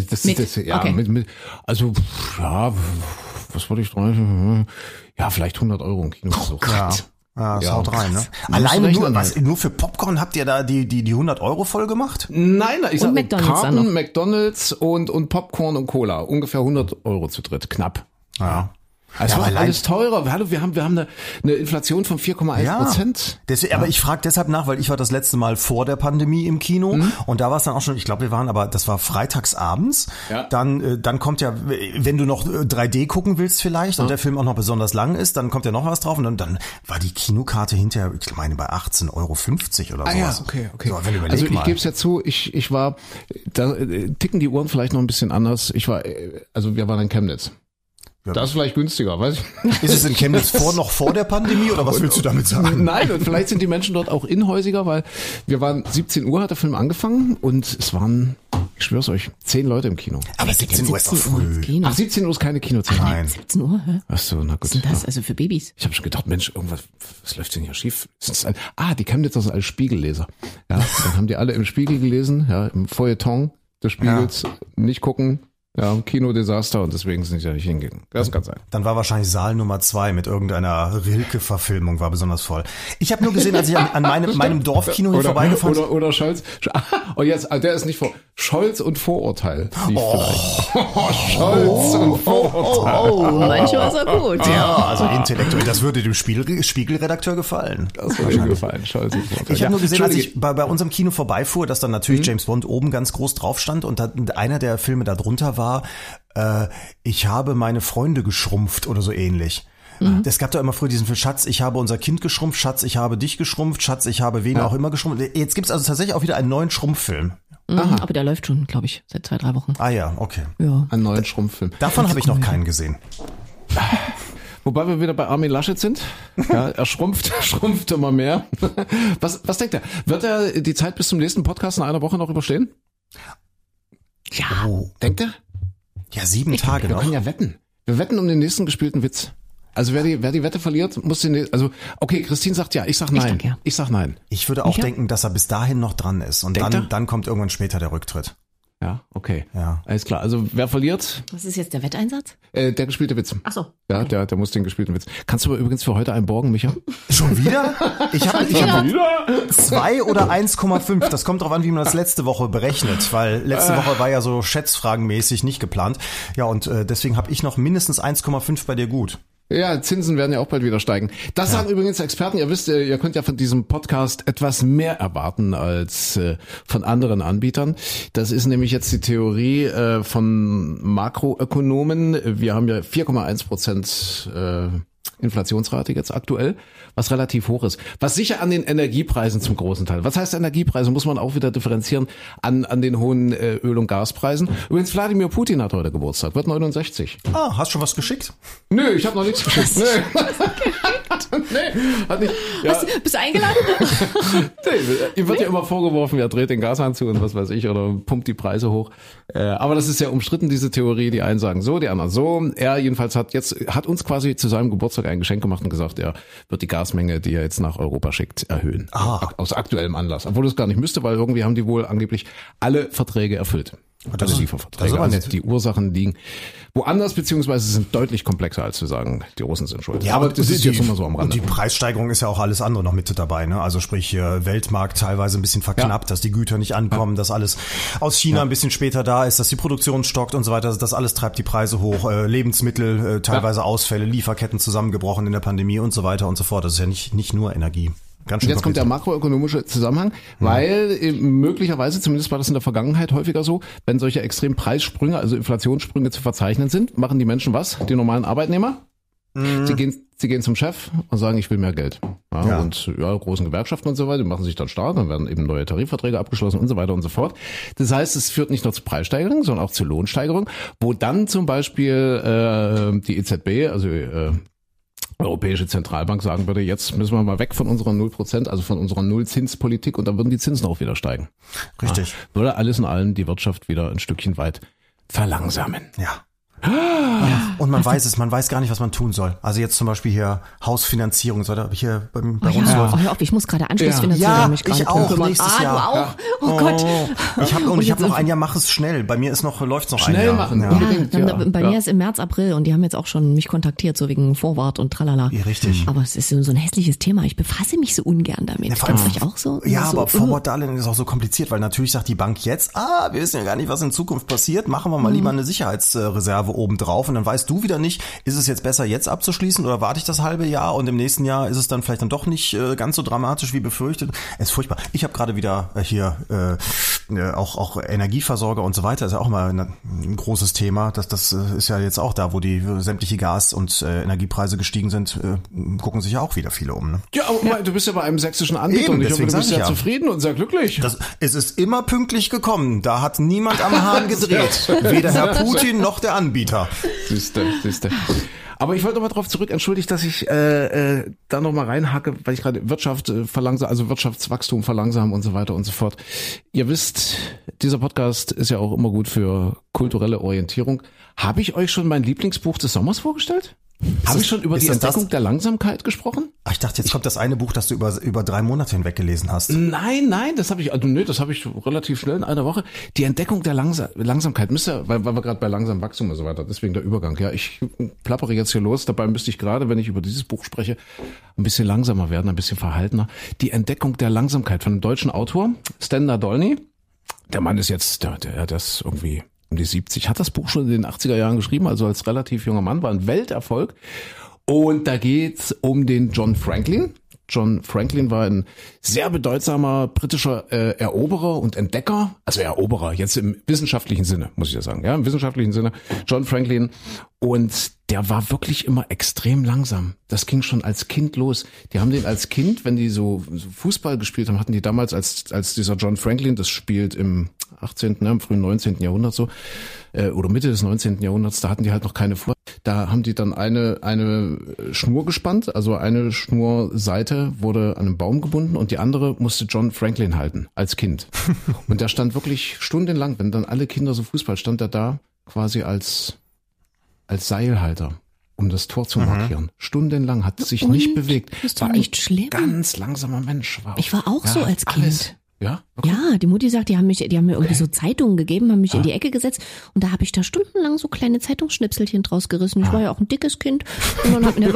[SPEAKER 3] was wollte ich dran? Ja, vielleicht 100 € im Kinobesuch.
[SPEAKER 5] Ja, das haut rein, ne? Alleine nur für Popcorn habt ihr da die 100 € voll gemacht?
[SPEAKER 3] Nein, ich sag
[SPEAKER 4] McDonald's
[SPEAKER 3] McDonald's und Popcorn und Cola. Ungefähr 100 € zu dritt, knapp.
[SPEAKER 5] Ja.
[SPEAKER 3] Es war alles teurer. Hallo, wir haben eine Inflation von 4,1%.
[SPEAKER 5] Ja. Aber ich frage deshalb nach, weil ich war das letzte Mal vor der Pandemie im Kino und da war es dann auch schon, ich glaube, das war freitags abends. Ja. Dann kommt ja, wenn du noch 3D gucken willst vielleicht und der Film auch noch besonders lang ist, dann kommt ja noch was drauf und dann war die Kinokarte hinterher, ich meine, bei 18,50 € oder sowas.
[SPEAKER 3] Ja, okay.
[SPEAKER 5] So, wenn
[SPEAKER 3] also ich gebe es ja zu, ich war, da ticken die Uhren vielleicht noch ein bisschen anders. Wir waren in Chemnitz. Das ist vielleicht günstiger, weiß ich.
[SPEAKER 5] Ist es in Chemnitz noch vor der Pandemie oder was willst du damit sagen?
[SPEAKER 3] Nein, und vielleicht sind die Menschen dort auch inhäusiger, weil 17 Uhr hat der Film angefangen und es waren, ich schwör's euch, 10 Leute im Kino.
[SPEAKER 5] Aber 17 Uhr ist doch früh.
[SPEAKER 3] Ach, 17 Uhr ist keine Kinozeit.
[SPEAKER 5] Nein.
[SPEAKER 4] 17 Uhr, hä?
[SPEAKER 3] Ach so, na gut.
[SPEAKER 4] Was ist denn das? Also für Babys?
[SPEAKER 3] Ich habe schon gedacht, Mensch, was läuft denn hier schief? Die Chemnitzer sind alle Spiegelleser. Ja, dann haben die alle im Spiegel gelesen, ja, im Feuilleton des Spiegels, nicht gucken. Ja, Kinodesaster und deswegen sind sie ja nicht hingegangen. Das kann sein.
[SPEAKER 5] Dann war wahrscheinlich Saal Nummer 2 mit irgendeiner Rilke-Verfilmung, war besonders voll. Ich habe nur gesehen, als ich an meinem Dorfkino hier vorbeigefahren bin.
[SPEAKER 3] Oder Scholz. Oh, jetzt, der ist nicht vor. Scholz und Vorurteil. Scholz und Vorurteil.
[SPEAKER 4] Manchmal ist er gut.
[SPEAKER 5] Ja, also intellektuell, das würde dem Spiegelredakteur gefallen.
[SPEAKER 3] Das würde ihm gefallen, Scholz und Vorurteil.
[SPEAKER 5] Ich habe nur gesehen, als ich bei unserem Kino vorbeifuhr, dass dann natürlich James Bond oben ganz groß drauf stand und einer der Filme da drunter war, ich habe meine Freunde geschrumpft oder so ähnlich. Es gab da immer früher diesen Film, Schatz, ich habe unser Kind geschrumpft, Schatz, ich habe dich geschrumpft, Schatz, ich habe wen auch immer geschrumpft. Jetzt gibt's also tatsächlich auch wieder einen neuen Schrumpffilm.
[SPEAKER 4] Aber der läuft schon, glaube ich, seit 2-3 Wochen.
[SPEAKER 5] Ah ja, okay.
[SPEAKER 4] Ja.
[SPEAKER 3] Einen neuen Schrumpffilm.
[SPEAKER 5] Davon habe ich noch keinen gesehen.
[SPEAKER 3] Wobei wir wieder bei Armin Laschet sind. Ja, er schrumpft immer mehr. Was denkt er? Wird er die Zeit bis zum nächsten Podcast in einer Woche noch überstehen?
[SPEAKER 4] Ja.
[SPEAKER 3] Denkt er?
[SPEAKER 5] Ja, 7 Tage noch.
[SPEAKER 3] Wir können ja wetten. Wir wetten um den nächsten gespielten Witz. Also wer die Wette verliert, muss okay, Christine sagt ja, ich sag nein. Ich sag nein.
[SPEAKER 5] Ich würde auch denken, dass er bis dahin noch dran ist und dann kommt irgendwann später der Rücktritt.
[SPEAKER 3] Ja, okay.
[SPEAKER 5] Ja.
[SPEAKER 3] Alles klar. Also wer verliert?
[SPEAKER 4] Was ist jetzt der Wetteinsatz?
[SPEAKER 3] Der gespielte Witz.
[SPEAKER 4] Ach so.
[SPEAKER 3] Ja, der muss den gespielten Witz. Kannst du übrigens für heute einen borgen, Micha?
[SPEAKER 5] Schon wieder? Ich hab 2 oder 1,5. Das kommt drauf an, wie man das letzte Woche berechnet, weil letzte Woche war ja so schätzfragenmäßig nicht geplant. Ja, und deswegen habe ich noch mindestens 1,5 bei dir gut.
[SPEAKER 3] Ja, Zinsen werden ja auch bald wieder steigen. Das sagen übrigens Experten. Ihr wisst, ihr könnt ja von diesem Podcast etwas mehr erwarten als von anderen Anbietern. Das ist nämlich jetzt die Theorie von Makroökonomen. Wir haben ja 4,1% Inflationsrate jetzt aktuell, was relativ hoch ist. Was sicher an den Energiepreisen zum großen Teil. Was heißt Energiepreise? Muss man auch wieder differenzieren an den hohen Öl- und Gaspreisen. Übrigens, Wladimir Putin hat heute Geburtstag, wird 69.
[SPEAKER 5] Ah, hast schon was geschickt?
[SPEAKER 3] Nö, ich habe noch nichts geschickt. Nee, hat nicht. Ja.
[SPEAKER 4] Bist du eingeladen?
[SPEAKER 3] Ihm wird ja immer vorgeworfen, er dreht den Gashahn zu und was weiß ich oder pumpt die Preise hoch. Aber das ist ja umstritten, diese Theorie. Die einen sagen so, die anderen so. Er jedenfalls hat uns quasi zu seinem Geburtstag ein Geschenk gemacht und gesagt, er wird die Gasmenge, die er jetzt nach Europa schickt, erhöhen. Aus aktuellem Anlass. Obwohl es gar nicht müsste, weil irgendwie haben die wohl angeblich alle Verträge erfüllt. Alle Lieferverträge. Also die Ursachen liegen woanders, beziehungsweise sind deutlich komplexer, als zu sagen, die Russen sind schuld.
[SPEAKER 5] Ja, aber das ist jetzt immer so am Rande. Und die Preissteigerung ist ja auch alles andere noch mit dabei, ne? Also sprich, Weltmarkt teilweise ein bisschen verknappt, dass die Güter nicht ankommen, dass alles aus China ein bisschen später da ist, dass die Produktion stockt und so weiter. Das alles treibt die Preise hoch. Lebensmittel, teilweise Ausfälle, Lieferketten zusammengebrochen in der Pandemie und so weiter und so fort. Das ist ja nicht nur Energie.
[SPEAKER 3] Und jetzt kommt der makroökonomische Zusammenhang, weil möglicherweise, zumindest war das in der Vergangenheit häufiger so, wenn solche extremen Preissprünge, also Inflationssprünge zu verzeichnen sind, machen die Menschen was? Die normalen Arbeitnehmer? Sie gehen zum Chef und sagen, ich will mehr Geld. Und großen Gewerkschaften und so weiter, die machen sich dann stark, dann werden eben neue Tarifverträge abgeschlossen und so weiter und so fort. Das heißt, es führt nicht nur zu Preissteigerungen, sondern auch zu Lohnsteigerungen, wo dann zum Beispiel die EZB, also Europäische Zentralbank sagen würde, jetzt müssen wir mal weg von unserer 0%, also von unserer Nullzinspolitik und dann würden die Zinsen auch wieder steigen.
[SPEAKER 5] Richtig.
[SPEAKER 3] Würde alles in allem die Wirtschaft wieder ein Stückchen weit verlangsamen.
[SPEAKER 5] Ja. Und man weiß gar nicht, was man tun soll. Also jetzt zum Beispiel hier Hausfinanzierung, so, da hier bei uns läuft.
[SPEAKER 4] Hör auf, ich muss gerade Anschlussfinanzierung.
[SPEAKER 5] Ja, ich auch nächstes Jahr.
[SPEAKER 4] Du auch? Oh Gott.
[SPEAKER 5] Ich habe noch ein Jahr, mach es schnell. Bei mir läuft's noch
[SPEAKER 3] schnell
[SPEAKER 5] ein Jahr.
[SPEAKER 3] Schnell machen.
[SPEAKER 4] Ja. Bei mir ist im März, April und die haben jetzt auch schon mich kontaktiert, so wegen Vorwart und tralala.
[SPEAKER 5] Ja, richtig.
[SPEAKER 4] Aber es ist so ein hässliches Thema. Ich befasse mich so ungern damit.
[SPEAKER 5] Ja,
[SPEAKER 4] Geht's euch auch so?
[SPEAKER 5] Ja, aber Vorwart-Darlehen ist auch so kompliziert, weil natürlich sagt die Bank jetzt, wir wissen ja gar nicht, was in Zukunft passiert. Machen wir mal lieber eine Sicherheitsreserve oben drauf und dann weißt weißt du wieder nicht, ist es jetzt besser jetzt abzuschließen oder warte ich das halbe Jahr und im nächsten Jahr ist es dann vielleicht dann doch nicht ganz so dramatisch wie befürchtet. Es ist furchtbar. Ich habe gerade wieder hier auch Energieversorger und so weiter, ist ja auch immer ein großes Thema. Das ist ja jetzt auch da, wo die sämtliche Gas- und Energiepreise gestiegen sind, gucken sich ja auch wieder viele um. Ne?
[SPEAKER 3] Ja, aber du bist ja bei einem sächsischen Anbieter und ich hoffe, du bist ja zufrieden und sehr glücklich.
[SPEAKER 5] Es ist immer pünktlich gekommen. Da hat niemand am Hahn gedreht. Weder Herr Putin noch der Anbieter.
[SPEAKER 3] Siehste. Aber ich wollte noch mal darauf zurück, entschuldigt, dass ich da noch mal reinhacke, weil ich gerade Wirtschaft verlangsam, also Wirtschaftswachstum verlangsamen und so weiter und so fort. Ihr wisst, dieser Podcast ist ja auch immer gut für kulturelle Orientierung. Habe ich euch schon mein Lieblingsbuch des Sommers vorgestellt? Habe ich schon über die Entdeckung der Langsamkeit gesprochen?
[SPEAKER 5] Ach, ich dachte, jetzt kommt das eine Buch, das du über 3 Monate hinweg gelesen hast.
[SPEAKER 3] Nein, das habe ich relativ schnell in einer Woche. Die Entdeckung der Langsamkeit weil wir gerade bei langsamem Wachstum und so weiter, deswegen der Übergang. Ja, ich plappere jetzt hier los. Dabei müsste ich gerade, wenn ich über dieses Buch spreche, ein bisschen langsamer werden, ein bisschen verhaltener. Die Entdeckung der Langsamkeit von einem deutschen Autor, Stan Nadolny. Der Mann ist jetzt, der ist irgendwie um die 70, hat das Buch schon in den 80er Jahren geschrieben, also als relativ junger Mann, war ein Welterfolg. Und da geht's um den John Franklin. John Franklin war ein sehr bedeutsamer britischer Eroberer und Entdecker, also Eroberer jetzt im wissenschaftlichen Sinne, muss ich ja sagen, ja, im wissenschaftlichen Sinne, John Franklin. Und der war wirklich immer extrem langsam. Das ging schon als Kind los. Die haben den als Kind, wenn die so Fußball gespielt haben, hatten die damals als dieser John Franklin, das spielt im 18., im frühen 19. Jahrhundert so, oder Mitte des 19. Jahrhunderts, da hatten die halt noch keine Fuhr. Da haben die dann eine Schnur gespannt, also eine Schnurseite wurde an einen Baum gebunden und die andere musste John Franklin halten, als Kind. Und der stand wirklich stundenlang, wenn dann alle Kinder so Fußball, stand er da quasi als Seilhalter, um das Tor zu markieren. Stundenlang, hat sich nicht bewegt.
[SPEAKER 4] Ist doch nicht schlimm.
[SPEAKER 3] Ganz langsamer Mensch.
[SPEAKER 4] Ich war auch so als Kind.
[SPEAKER 3] Alles. Ja? Okay.
[SPEAKER 4] Ja, die Mutti sagt, die haben mir irgendwie so Zeitungen gegeben, haben mich in die Ecke gesetzt und da habe ich da stundenlang so kleine Zeitungsschnipselchen draus gerissen. Ich war ja auch ein dickes Kind und dann habe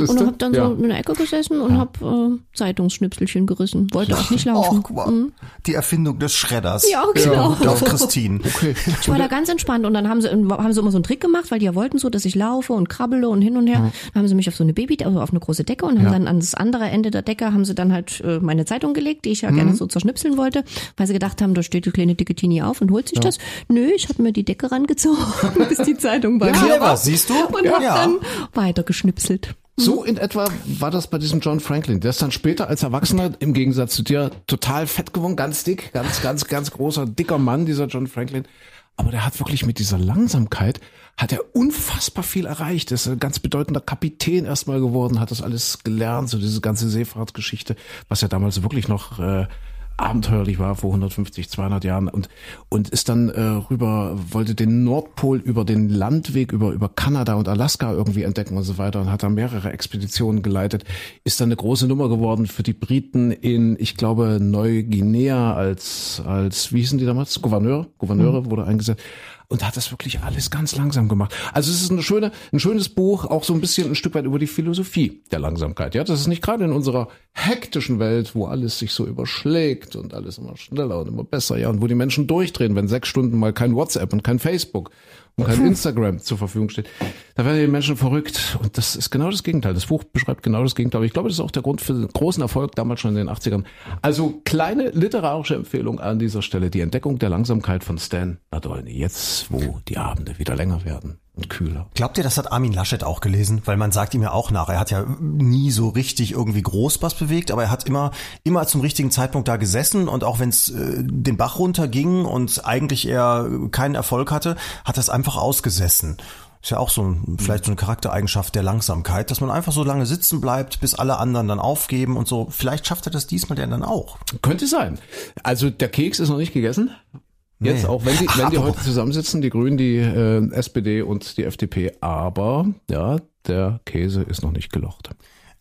[SPEAKER 4] so in der Ecke gesessen und habe Zeitungsschnipselchen gerissen. Wollte auch nicht laufen.
[SPEAKER 5] Guck mal. Die Erfindung des Schredders.
[SPEAKER 4] Ja, genau.
[SPEAKER 5] Dorf Christine.
[SPEAKER 3] Okay.
[SPEAKER 4] Ich war da ganz entspannt und dann haben sie immer so einen Trick gemacht, weil die ja wollten so, dass ich laufe und krabbele und hin und her. Dann haben sie mich auf so eine auf eine große Decke und haben dann an das andere Ende der Decke haben sie dann halt meine Zeitung gelegt, die ich ja gerne so zerschnipseln wollte, weil sie gedacht haben, da steht die kleine dicke Tini auf und holt sich das. Nö, ich habe mir die Decke rangezogen, bis die Zeitung bei mir war.
[SPEAKER 5] Siehst du?
[SPEAKER 4] Und habe dann weiter geschnipselt.
[SPEAKER 3] So in etwa war das bei diesem John Franklin. Der ist dann später als Erwachsener, im Gegensatz zu dir, total fett geworden, ganz dick, ganz großer, dicker Mann, dieser John Franklin. Aber der hat wirklich mit dieser Langsamkeit, hat er unfassbar viel erreicht. Er ist ein ganz bedeutender Kapitän erstmal geworden, hat das alles gelernt, so diese ganze Seefahrtsgeschichte, was ja damals wirklich noch abenteuerlich war vor 150, 200 Jahren und ist dann wollte den Nordpol über den Landweg über Kanada und Alaska irgendwie entdecken und so weiter und hat da mehrere Expeditionen geleitet, ist dann eine große Nummer geworden für die Briten in, ich glaube, Neuguinea als wie hießen die damals? Gouverneure wurde eingesetzt. Und hat das wirklich alles ganz langsam gemacht. Also es ist ein schönes Buch, auch so ein Stück weit über die Philosophie der Langsamkeit. Ja, das ist nicht gerade in unserer hektischen Welt, wo alles sich so überschlägt und alles immer schneller und immer besser, ja, und wo die Menschen durchdrehen, wenn 6 Stunden mal kein WhatsApp und kein Facebook und kein Instagram zur Verfügung steht. Da werden die Menschen verrückt. Und das ist genau das Gegenteil. Das Buch beschreibt genau das Gegenteil. Aber ich glaube, das ist auch der Grund für den großen Erfolg damals schon in den 80ern. Also kleine literarische Empfehlung an dieser Stelle. Die Entdeckung der Langsamkeit von Stan Nadolny. Jetzt, wo die Abende wieder länger werden und kühler.
[SPEAKER 5] Glaubt ihr, das hat Armin Laschet auch gelesen? Weil man sagt ihm ja auch nach, er hat ja nie so richtig irgendwie groß was bewegt, aber er hat immer zum richtigen Zeitpunkt da gesessen und auch wenn es den Bach runterging und eigentlich er keinen Erfolg hatte, hat er es einfach ausgesessen. Ist ja auch vielleicht so eine Charaktereigenschaft der Langsamkeit, dass man einfach so lange sitzen bleibt, bis alle anderen dann aufgeben und so. Vielleicht schafft er das diesmal dann auch.
[SPEAKER 3] Könnte sein. Also der Keks ist noch nicht gegessen. Jetzt auch, wenn die heute zusammensitzen, die Grünen, die SPD und die FDP, aber ja, der Käse ist noch nicht gelocht.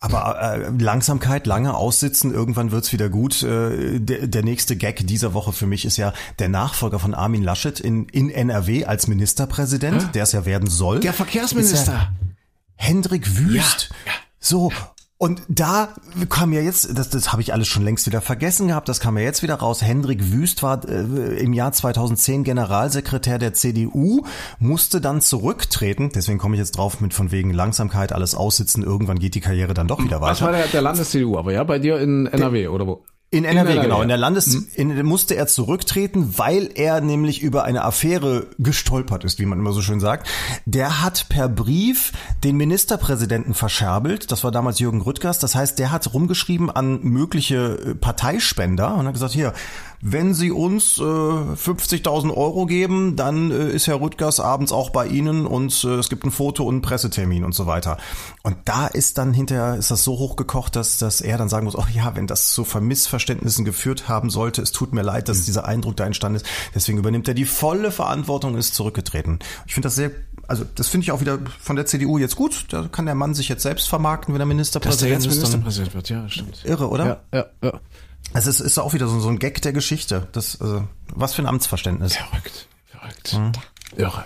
[SPEAKER 5] Aber Langsamkeit, lange aussitzen, irgendwann wird's wieder gut. Der nächste Gag dieser Woche für mich ist ja der Nachfolger von Armin Laschet in NRW als Ministerpräsident, der es ja werden soll.
[SPEAKER 3] Der Verkehrsminister.
[SPEAKER 5] Hendrik Wüst.
[SPEAKER 3] Ja.
[SPEAKER 5] So. Und da kam ja jetzt, das habe ich alles schon längst wieder vergessen gehabt, das kam ja jetzt wieder raus, Hendrik Wüst war im Jahr 2010 Generalsekretär der CDU, musste dann zurücktreten, deswegen komme ich jetzt drauf mit von wegen Langsamkeit, alles aussitzen, irgendwann geht die Karriere dann doch wieder weiter.
[SPEAKER 3] Das war der Landes-CDU, aber ja, bei dir in NRW oder wo?
[SPEAKER 5] In NRW, genau. In der musste er zurücktreten, weil er nämlich über eine Affäre gestolpert ist, wie man immer so schön sagt. Der hat per Brief den Ministerpräsidenten verscherbelt. Das war damals Jürgen Rüttgers. Das heißt, der hat rumgeschrieben an mögliche Parteispender und hat gesagt, hier, wenn Sie uns 50.000 Euro geben, dann ist Herr Rüttgers abends auch bei Ihnen und es gibt ein Foto und einen Pressetermin und so weiter. Und da ist dann hinterher, ist das so hochgekocht, dass er dann sagen muss, ach ja, wenn das zu Missverständnissen geführt haben sollte, es tut mir leid, dass dieser Eindruck da entstanden ist. Deswegen übernimmt er die volle Verantwortung und ist zurückgetreten. Ich finde das das finde ich auch wieder von der CDU jetzt gut. Da kann der Mann sich jetzt selbst vermarkten, wenn er Ministerpräsident ist.
[SPEAKER 3] Dass der jetzt Ministerpräsident wird, ja, stimmt.
[SPEAKER 5] Irre, oder?
[SPEAKER 3] Ja.
[SPEAKER 5] Also es ist auch wieder so ein Gag der Geschichte. Was für ein Amtsverständnis.
[SPEAKER 3] Verrückt. Irre.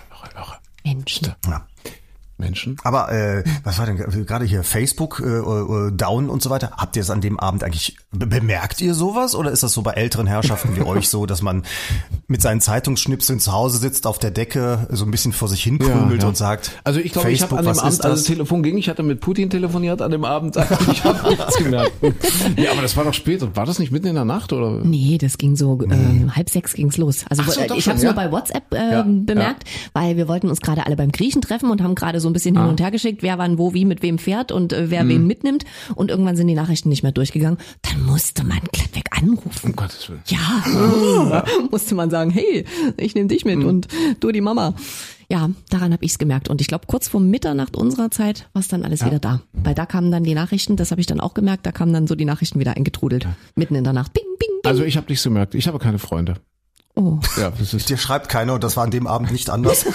[SPEAKER 3] Menschen.
[SPEAKER 5] Aber was war denn gerade hier, Facebook down und so weiter? Habt ihr es an dem Abend eigentlich, bemerkt ihr sowas? Oder ist das so bei älteren Herrschaften wie euch so, dass man mit seinen Zeitungsschnipseln zu Hause sitzt, auf der Decke, so ein bisschen vor sich hin krümelt und sagt,
[SPEAKER 3] also ich glaube, ich habe an dem Abend, als das Telefon ging, ich hatte mit Putin telefoniert an dem Abend, ich habe nichts gemerkt. Ja, aber das war doch später. War das nicht mitten in der Nacht, oder?
[SPEAKER 4] Nee, das ging so 5:30 ging's los. Also ich habe es nur bei WhatsApp bemerkt, weil wir wollten uns gerade alle beim Griechen treffen und haben gerade so ein bisschen hin und her geschickt, wer wann wo wie mit wem fährt und wer wen mitnimmt. Und irgendwann sind die Nachrichten nicht mehr durchgegangen. Dann musste man glattweg anrufen.
[SPEAKER 3] Um Gottes Willen.
[SPEAKER 4] Ja, musste man sagen, hey, ich nehme dich mit und du die Mama. Ja, daran habe ich's gemerkt. Und ich glaube, kurz vor Mitternacht unserer Zeit war es dann alles wieder da. Weil da kamen dann die Nachrichten, das habe ich dann auch gemerkt, da kamen dann so die Nachrichten wieder eingetrudelt. Mitten in der Nacht. Bing, bing, bing.
[SPEAKER 3] Also ich habe nichts gemerkt. Ich habe keine Freunde.
[SPEAKER 4] Oh.
[SPEAKER 3] Ja, das ist
[SPEAKER 5] dir schreibt keiner und das war an dem Abend nicht anders.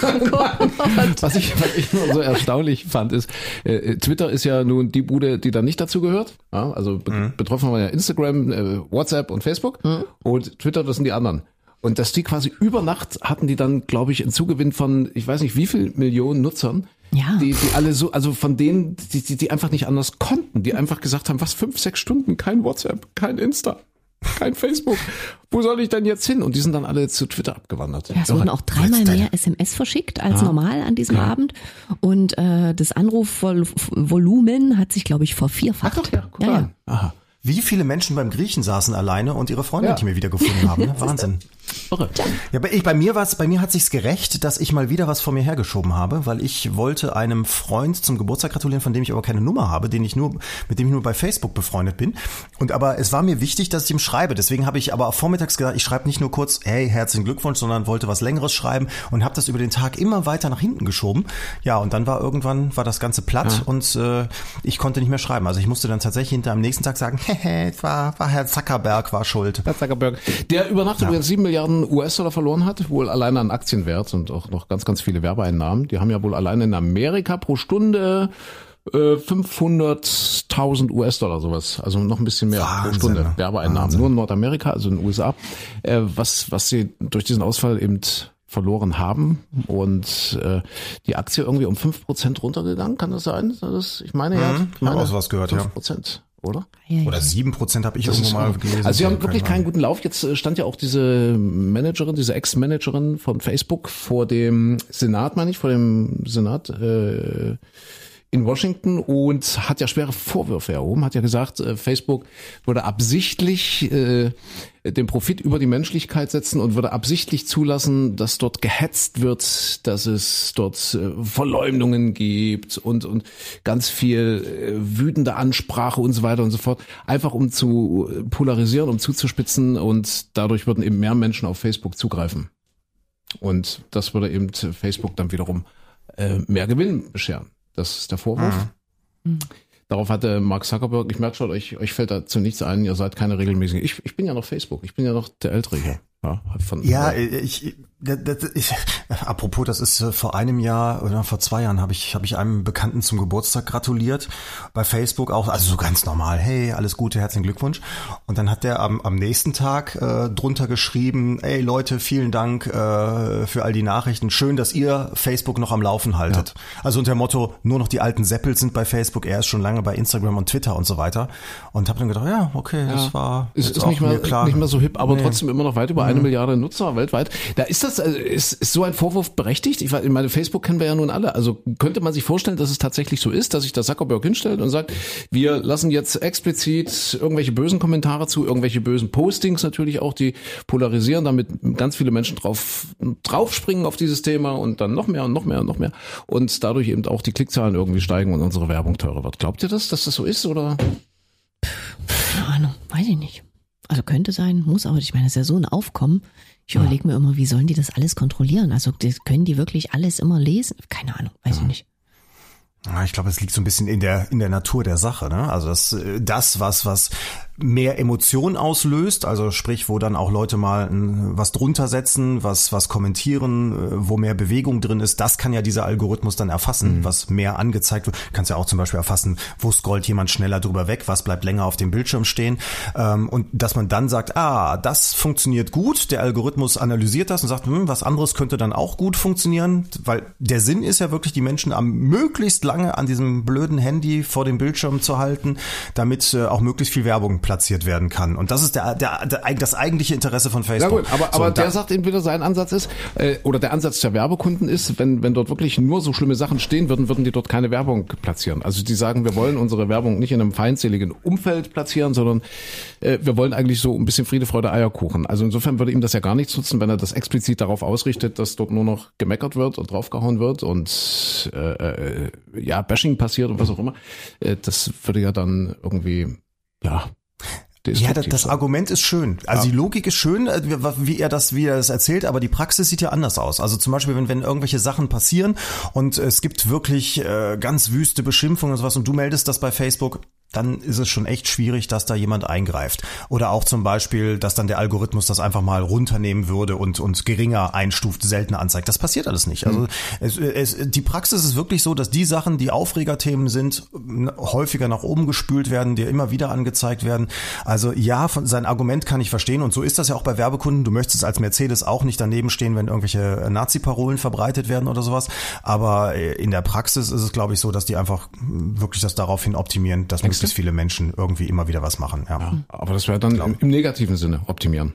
[SPEAKER 3] Was ich nur so erstaunlich fand, ist, Twitter ist ja nun die Bude, die da nicht dazu gehört. Ja, also betroffen waren ja Instagram, WhatsApp und Facebook. Und Twitter, das sind die anderen. Und dass die quasi über Nacht hatten die dann, glaube ich, einen Zugewinn von, ich weiß nicht wie viel Millionen Nutzern.
[SPEAKER 4] Ja.
[SPEAKER 3] Die alle so, also von denen, die einfach nicht anders konnten, die einfach gesagt haben, was, 5-6 Stunden, kein WhatsApp, kein Insta. Kein Facebook. Wo soll ich denn jetzt hin? Und die sind dann alle zu Twitter abgewandert.
[SPEAKER 4] Ja, es wurden auch 3-mal mehr SMS verschickt als normal an diesem Abend. Und das Anrufvolumen hat sich, glaube ich, vervierfacht.
[SPEAKER 3] Ach doch, ja. Aha.
[SPEAKER 5] Wie viele Menschen beim Griechen saßen alleine und ihre Freundin nicht mehr wiedergefunden haben. Ne? Wahnsinn.
[SPEAKER 3] Irre.
[SPEAKER 5] Ja, bei mir hat sich's gerecht, dass ich mal wieder was vor mir hergeschoben habe, weil ich wollte einem Freund zum Geburtstag gratulieren, von dem ich aber keine Nummer habe, mit dem ich nur bei Facebook befreundet bin. Aber es war mir wichtig, dass ich ihm schreibe. Deswegen habe ich aber vormittags gedacht, ich schreibe nicht nur kurz, hey, herzlichen Glückwunsch, sondern wollte was Längeres schreiben und habe das über den Tag immer weiter nach hinten geschoben. Ja, und dann irgendwann war das Ganze platt und ich konnte nicht mehr schreiben. Also ich musste dann tatsächlich am nächsten Tag sagen, war Herr Zuckerberg war schuld.
[SPEAKER 3] Herr Zuckerberg, der über Nacht übrigens 7 Milliarden US-Dollar verloren hat, wohl alleine an Aktienwert und auch noch ganz, ganz viele Werbeeinnahmen. Die haben ja wohl alleine in Amerika pro Stunde 500.000 US-Dollar sowas, also noch ein bisschen mehr pro Stunde Werbeeinnahmen. Wahnsinn. Nur in Nordamerika, also in den USA, was sie durch diesen Ausfall eben verloren haben und die Aktie irgendwie um 5% runtergegangen, kann das sein? Ich meine,
[SPEAKER 5] ich habe auch sowas gehört,
[SPEAKER 3] 5%. Oder?
[SPEAKER 5] Oder 7% habe ich irgendwo mal gelesen.
[SPEAKER 3] Also sie haben wirklich keinen guten Lauf. Jetzt stand ja auch diese Managerin, diese Ex-Managerin von Facebook vor dem Senat, vor dem Senat in Washington und hat ja schwere Vorwürfe erhoben, hat ja gesagt, Facebook würde absichtlich den Profit über die Menschlichkeit setzen und würde absichtlich zulassen, dass dort gehetzt wird, dass es dort Verleumdungen gibt und ganz viel wütende Ansprache und so weiter und so fort, einfach um zu polarisieren, um zuzuspitzen und dadurch würden eben mehr Menschen auf Facebook zugreifen. Und das würde eben Facebook dann wiederum mehr Gewinn bescheren. Das ist der Vorwurf. Darauf hatte Mark Zuckerberg, ich merke schon, euch fällt dazu nichts ein, ihr seid keine regelmäßigen. Ich bin ja noch Facebook, ich bin ja noch der Ältere hier.
[SPEAKER 5] Apropos, das ist vor einem Jahr oder vor 2 Jahren habe ich einem Bekannten zum Geburtstag gratuliert bei Facebook auch, also so ganz normal, hey, alles Gute, herzlichen Glückwunsch. Und dann hat der am nächsten Tag drunter geschrieben, ey Leute, vielen Dank für all die Nachrichten, schön, dass ihr Facebook noch am Laufen haltet. Ja. Also unter dem Motto, nur noch die alten Seppels sind bei Facebook, er ist schon lange bei Instagram und Twitter und so weiter. Und habe dann gedacht, ja, okay, das war
[SPEAKER 3] ist nicht mehr so hip, aber trotzdem immer noch weit über 1 Milliarde Nutzer weltweit. Da ist so ein Vorwurf berechtigt? Ich meine, Facebook kennen wir ja nun alle. Also könnte man sich vorstellen, dass es tatsächlich so ist, dass sich der Zuckerberg hinstellt und sagt, wir lassen jetzt explizit irgendwelche bösen Kommentare zu, irgendwelche bösen Postings natürlich auch, die polarisieren, damit ganz viele Menschen draufspringen auf dieses Thema und dann noch mehr und noch mehr und noch mehr und dadurch eben auch die Klickzahlen irgendwie steigen und unsere Werbung teurer wird. Glaubt ihr das, dass das so ist, oder?
[SPEAKER 4] Keine Ahnung, weiß ich nicht. Also könnte sein, muss, aber ich meine, es ist ja so ein Aufkommen. Ich überlege mir immer, wie sollen die das alles kontrollieren? Also können die wirklich alles immer lesen? Keine Ahnung, weiß ich nicht.
[SPEAKER 5] Ja, ich glaube, es liegt so ein bisschen in der Natur der Sache, ne? Also das was mehr Emotionen auslöst, also sprich, wo dann auch Leute mal was drunter setzen, was kommentieren, wo mehr Bewegung drin ist, das kann ja dieser Algorithmus dann erfassen, was mehr angezeigt wird. Du kannst ja auch zum Beispiel erfassen, wo scrollt jemand schneller drüber weg, was bleibt länger auf dem Bildschirm stehen, und dass man dann sagt, das funktioniert gut, der Algorithmus analysiert das und sagt, was anderes könnte dann auch gut funktionieren, weil der Sinn ist ja wirklich, die Menschen am möglichst lange an diesem blöden Handy vor dem Bildschirm zu halten, damit auch möglichst viel Werbung platziert werden kann. Und das ist das eigentliche Interesse von Facebook.
[SPEAKER 3] Ja gut, aber der sagt entweder sein Ansatz ist, oder der Ansatz der Werbekunden ist, wenn dort wirklich nur so schlimme Sachen stehen würden die dort keine Werbung platzieren. Also die sagen, wir wollen unsere Werbung nicht in einem feindseligen Umfeld platzieren, sondern wir wollen eigentlich so ein bisschen Friede, Freude, Eierkuchen. Also insofern würde ihm das ja gar nichts nutzen, wenn er das explizit darauf ausrichtet, dass dort nur noch gemeckert wird und draufgehauen wird und Bashing passiert und was auch immer. Das würde ja dann irgendwie,
[SPEAKER 5] das Argument ist schön. Also die Logik ist schön, wie er das erzählt, aber die Praxis sieht ja anders aus. Also zum Beispiel, wenn irgendwelche Sachen passieren und es gibt wirklich ganz wüste Beschimpfungen und sowas und du meldest das bei Facebook, dann ist es schon echt schwierig, dass da jemand eingreift. Oder auch zum Beispiel, dass dann der Algorithmus das einfach mal runternehmen würde und geringer einstuft, seltener anzeigt. Das passiert alles nicht. Also die Praxis ist wirklich so, dass die Sachen, die Aufregerthemen sind, häufiger nach oben gespült werden, die immer wieder angezeigt werden. Also sein Argument kann ich verstehen und so ist das ja auch bei Werbekunden. Du möchtest als Mercedes auch nicht daneben stehen, wenn irgendwelche Nazi-Parolen verbreitet werden oder sowas. Aber in der Praxis ist es, glaube ich, so, dass die einfach wirklich das daraufhin optimieren, dass möglichst viele Menschen irgendwie immer wieder was machen. Ja.
[SPEAKER 3] Aber das wäre dann im negativen Sinne optimieren.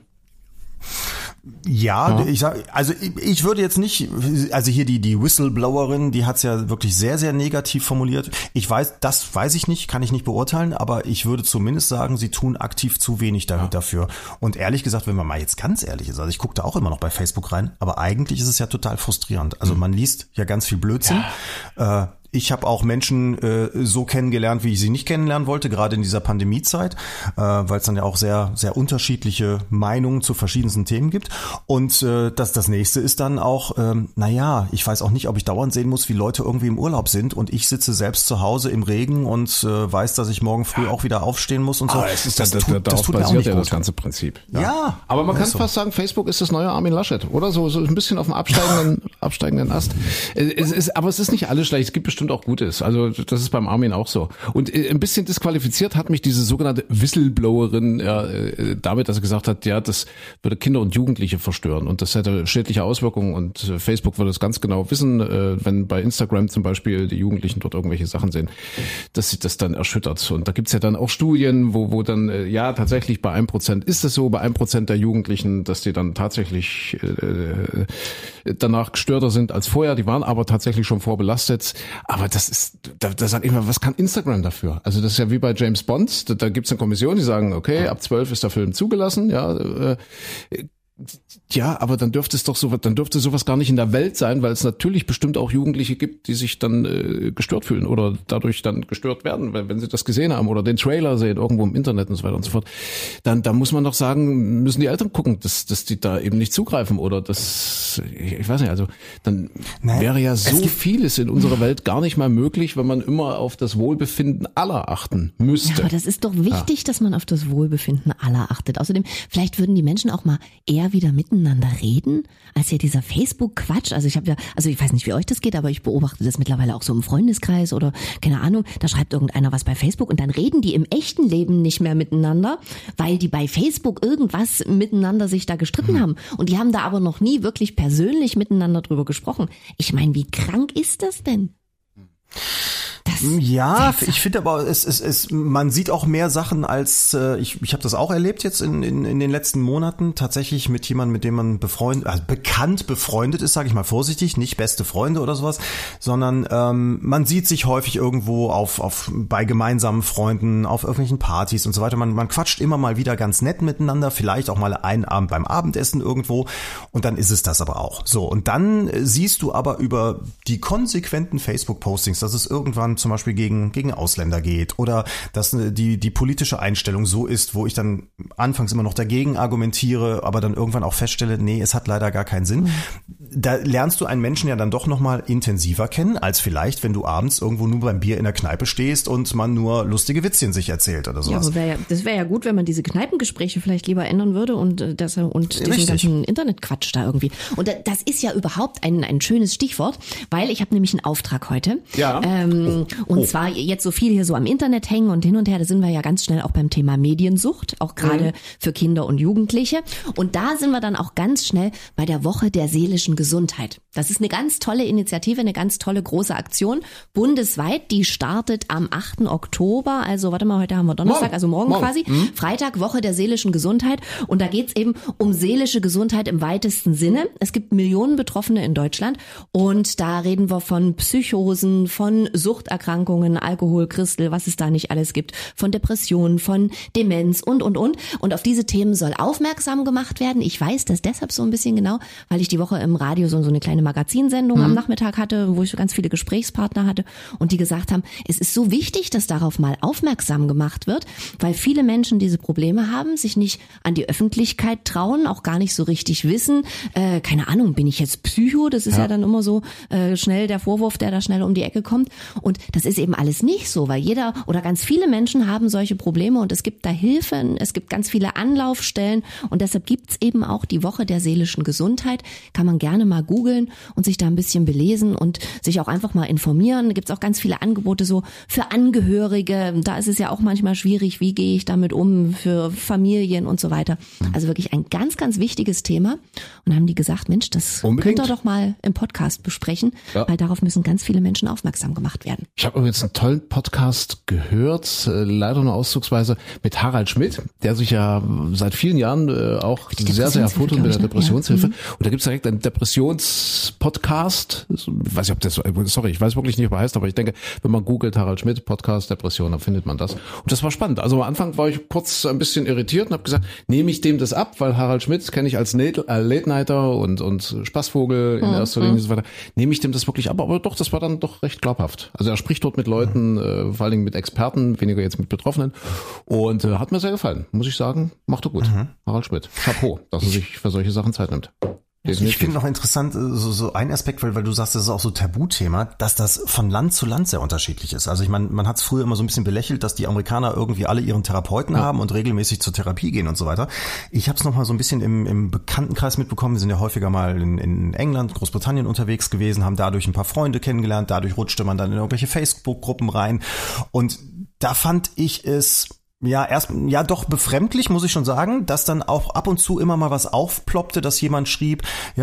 [SPEAKER 5] Ja, ich würde jetzt nicht, also hier die Whistleblowerin, die hat's ja wirklich sehr, sehr negativ formuliert. Das weiß ich nicht, kann ich nicht beurteilen, aber ich würde zumindest sagen, sie tun aktiv zu wenig dafür. Und ehrlich gesagt, wenn man mal jetzt ganz ehrlich ist, also ich gucke da auch immer noch bei Facebook rein, aber eigentlich ist es ja total frustrierend. Also man liest ja ganz viel Blödsinn. Ja. Ich habe auch Menschen so kennengelernt, wie ich sie nicht kennenlernen wollte, gerade in dieser Pandemiezeit, weil es dann ja auch sehr, sehr unterschiedliche Meinungen zu verschiedensten Themen gibt. Und das nächste ist dann auch, ich weiß auch nicht, ob ich dauernd sehen muss, wie Leute irgendwie im Urlaub sind und ich sitze selbst zu Hause im Regen und weiß, dass ich morgen früh auch wieder aufsteigen muss und so.
[SPEAKER 3] Aber darauf basiert ja das ganze Prinzip.
[SPEAKER 5] Ja.
[SPEAKER 3] Aber man kann fast sagen, Facebook ist das neue Armin Laschet, oder? So ein bisschen auf dem absteigenden Ast. Aber es ist nicht alles schlecht. Es gibt bestimmt auch Gutes. Also das ist beim Armin auch so. Und ein bisschen disqualifiziert hat mich diese sogenannte Whistleblowerin damit, dass er gesagt hat, das würde Kinder und Jugendliche verstören und das hätte schädliche Auswirkungen und Facebook würde es ganz genau wissen, wenn bei Instagram zum Beispiel die Jugendlichen dort irgendwelche Sachen sehen, dass sie das dann erschüttert. Und da gibt's ja dann auch Studien, wo dann tatsächlich bei 1% ist es so, bei 1% der Jugendlichen, dass die dann tatsächlich danach gestörter sind als vorher. Die waren aber tatsächlich schon vorbelastet. Aber das ist, da sag ich mal, was kann Instagram dafür? Also das ist ja wie bei James Bond, da gibt's eine Kommission, die sagen, okay, ab 12 ist der Film zugelassen, aber dann dürfte sowas gar nicht in der Welt sein, weil es natürlich bestimmt auch Jugendliche gibt, die sich dann gestört fühlen oder dadurch dann gestört werden, weil wenn sie das gesehen haben oder den Trailer sehen irgendwo im Internet und so weiter und so fort, dann muss man doch sagen, müssen die Eltern gucken, dass die da eben nicht zugreifen oder dass ich weiß nicht, also dann wäre ja so vieles in unserer Welt gar nicht mal möglich, wenn man immer auf das Wohlbefinden aller achten müsste.
[SPEAKER 4] Ja, aber das ist doch wichtig, dass man auf das Wohlbefinden aller achtet. Außerdem, vielleicht würden die Menschen auch mal eher wieder miteinander reden, als ja dieser Facebook-Quatsch. Also ich weiß nicht, wie euch das geht, aber ich beobachte das mittlerweile auch so im Freundeskreis oder keine Ahnung, da schreibt irgendeiner was bei Facebook und dann reden die im echten Leben nicht mehr miteinander, weil die bei Facebook irgendwas miteinander sich da gestritten haben. Und die haben da aber noch nie wirklich persönlich miteinander drüber gesprochen. Ich meine, wie krank ist das denn?
[SPEAKER 5] Ja, ich finde aber, man sieht auch mehr Sachen als, ich habe das auch erlebt jetzt in den letzten Monaten, tatsächlich mit jemandem, mit dem man bekannt befreundet ist, sage ich mal vorsichtig, nicht beste Freunde oder sowas, sondern man sieht sich häufig irgendwo bei gemeinsamen Freunden, auf irgendwelchen Partys und so weiter. Man quatscht immer mal wieder ganz nett miteinander, vielleicht auch mal einen Abend beim Abendessen irgendwo und dann ist es das aber auch. So, und dann siehst du aber über die konsequenten Facebook-Postings, dass es irgendwann zum Beispiel gegen Ausländer geht oder dass die politische Einstellung so ist, wo ich dann anfangs immer noch dagegen argumentiere, aber dann irgendwann auch feststelle, nee, es hat leider gar keinen Sinn. Da lernst du einen Menschen ja dann doch nochmal intensiver kennen, als vielleicht, wenn du abends irgendwo nur beim Bier in der Kneipe stehst und man nur lustige Witzchen sich erzählt oder sowas.
[SPEAKER 4] Ja, aber das wäre ja gut, wenn man diese Kneipengespräche vielleicht lieber ändern würde und diesen ganzen Internetquatsch da irgendwie. Und das ist ja überhaupt ein schönes Stichwort, weil ich habe nämlich einen Auftrag heute.
[SPEAKER 3] Ja.
[SPEAKER 4] Und zwar jetzt so viel hier so am Internet hängen und hin und her, da sind wir ja ganz schnell auch beim Thema Mediensucht, auch gerade für Kinder und Jugendliche. Und da sind wir dann auch ganz schnell bei der Woche der seelischen Gesundheit. Das ist eine ganz tolle Initiative, eine ganz tolle große Aktion, bundesweit. Die startet am 8. Oktober, also warte mal, heute haben wir Donnerstag, also morgen quasi. Freitag, Woche der seelischen Gesundheit. Und da geht's eben um seelische Gesundheit im weitesten Sinne. Es gibt Millionen Betroffene in Deutschland und da reden wir von Psychosen, von Suchterkrankungen, Alkohol, Christel, was es da nicht alles gibt, von Depressionen, von Demenz und. Und auf diese Themen soll aufmerksam gemacht werden. Ich weiß das deshalb so ein bisschen genau, weil ich die Woche im Radio so eine kleine Magazinsendung am Nachmittag hatte, wo ich so ganz viele Gesprächspartner hatte und die gesagt haben, es ist so wichtig, dass darauf mal aufmerksam gemacht wird, weil viele Menschen diese Probleme haben, sich nicht an die Öffentlichkeit trauen, auch gar nicht so richtig wissen, keine Ahnung, bin ich jetzt Psycho? Das ist ja dann immer so schnell der Vorwurf, der da schnell um die Ecke kommt. Und das ist eben alles nicht so, weil jeder oder ganz viele Menschen haben solche Probleme und es gibt da Hilfen, es gibt ganz viele Anlaufstellen und deshalb gibt's eben auch die Woche der seelischen Gesundheit. Kann man gerne mal googeln und sich da ein bisschen belesen und sich auch einfach mal informieren. Da gibt's auch ganz viele Angebote so für Angehörige. Da ist es ja auch manchmal schwierig, wie gehe ich damit um, für Familien und so weiter. Also wirklich ein ganz, ganz wichtiges Thema. Und dann haben die gesagt, Mensch, das könnt ihr doch mal im Podcast besprechen, weil darauf müssen ganz viele Menschen aufmerksam gemacht werden.
[SPEAKER 3] Ich habe übrigens einen tollen Podcast gehört, leider nur auszugsweise, mit Harald Schmidt, der sich ja seit vielen Jahren auch sehr, sehr hervortut mit der Depressionshilfe. Und da gibt's direkt einen Depressionspodcast. Ich weiß nicht, ich weiß wirklich nicht, ob er heißt, aber ich denke, wenn man googelt Harald Schmidt, Podcast, Depression, dann findet man das. Und das war spannend. Also am Anfang war ich kurz ein bisschen irritiert und habe gesagt, nehme ich dem das ab, weil Harald Schmidt kenne ich als Late-Nighter und Spaßvogel in erster Linie und so weiter. Nehme ich dem das wirklich ab? Aber doch, das war dann doch recht glaubhaft. Also er spricht dort mit Leuten, vor allen Dingen mit Experten, weniger jetzt mit Betroffenen. Und hat mir sehr gefallen, muss ich sagen. Macht er gut. Harald Schmidt. Chapeau, dass er sich für solche Sachen Zeit nimmt. Definitiv.
[SPEAKER 5] Ich finde noch interessant, so ein Aspekt, weil du sagst, das ist auch so Tabuthema, dass das von Land zu Land sehr unterschiedlich ist. Also ich meine, man hat es früher immer so ein bisschen belächelt, dass die Amerikaner irgendwie alle ihren Therapeuten haben und regelmäßig zur Therapie gehen und so weiter. Ich habe es noch mal so ein bisschen im Bekanntenkreis mitbekommen. Wir sind ja häufiger mal in England, Großbritannien unterwegs gewesen, haben dadurch ein paar Freunde kennengelernt, dadurch rutschte man dann in irgendwelche Facebook-Gruppen rein und da fand ich es doch befremdlich, muss ich schon sagen, dass dann auch ab und zu immer mal was aufploppte, dass jemand schrieb,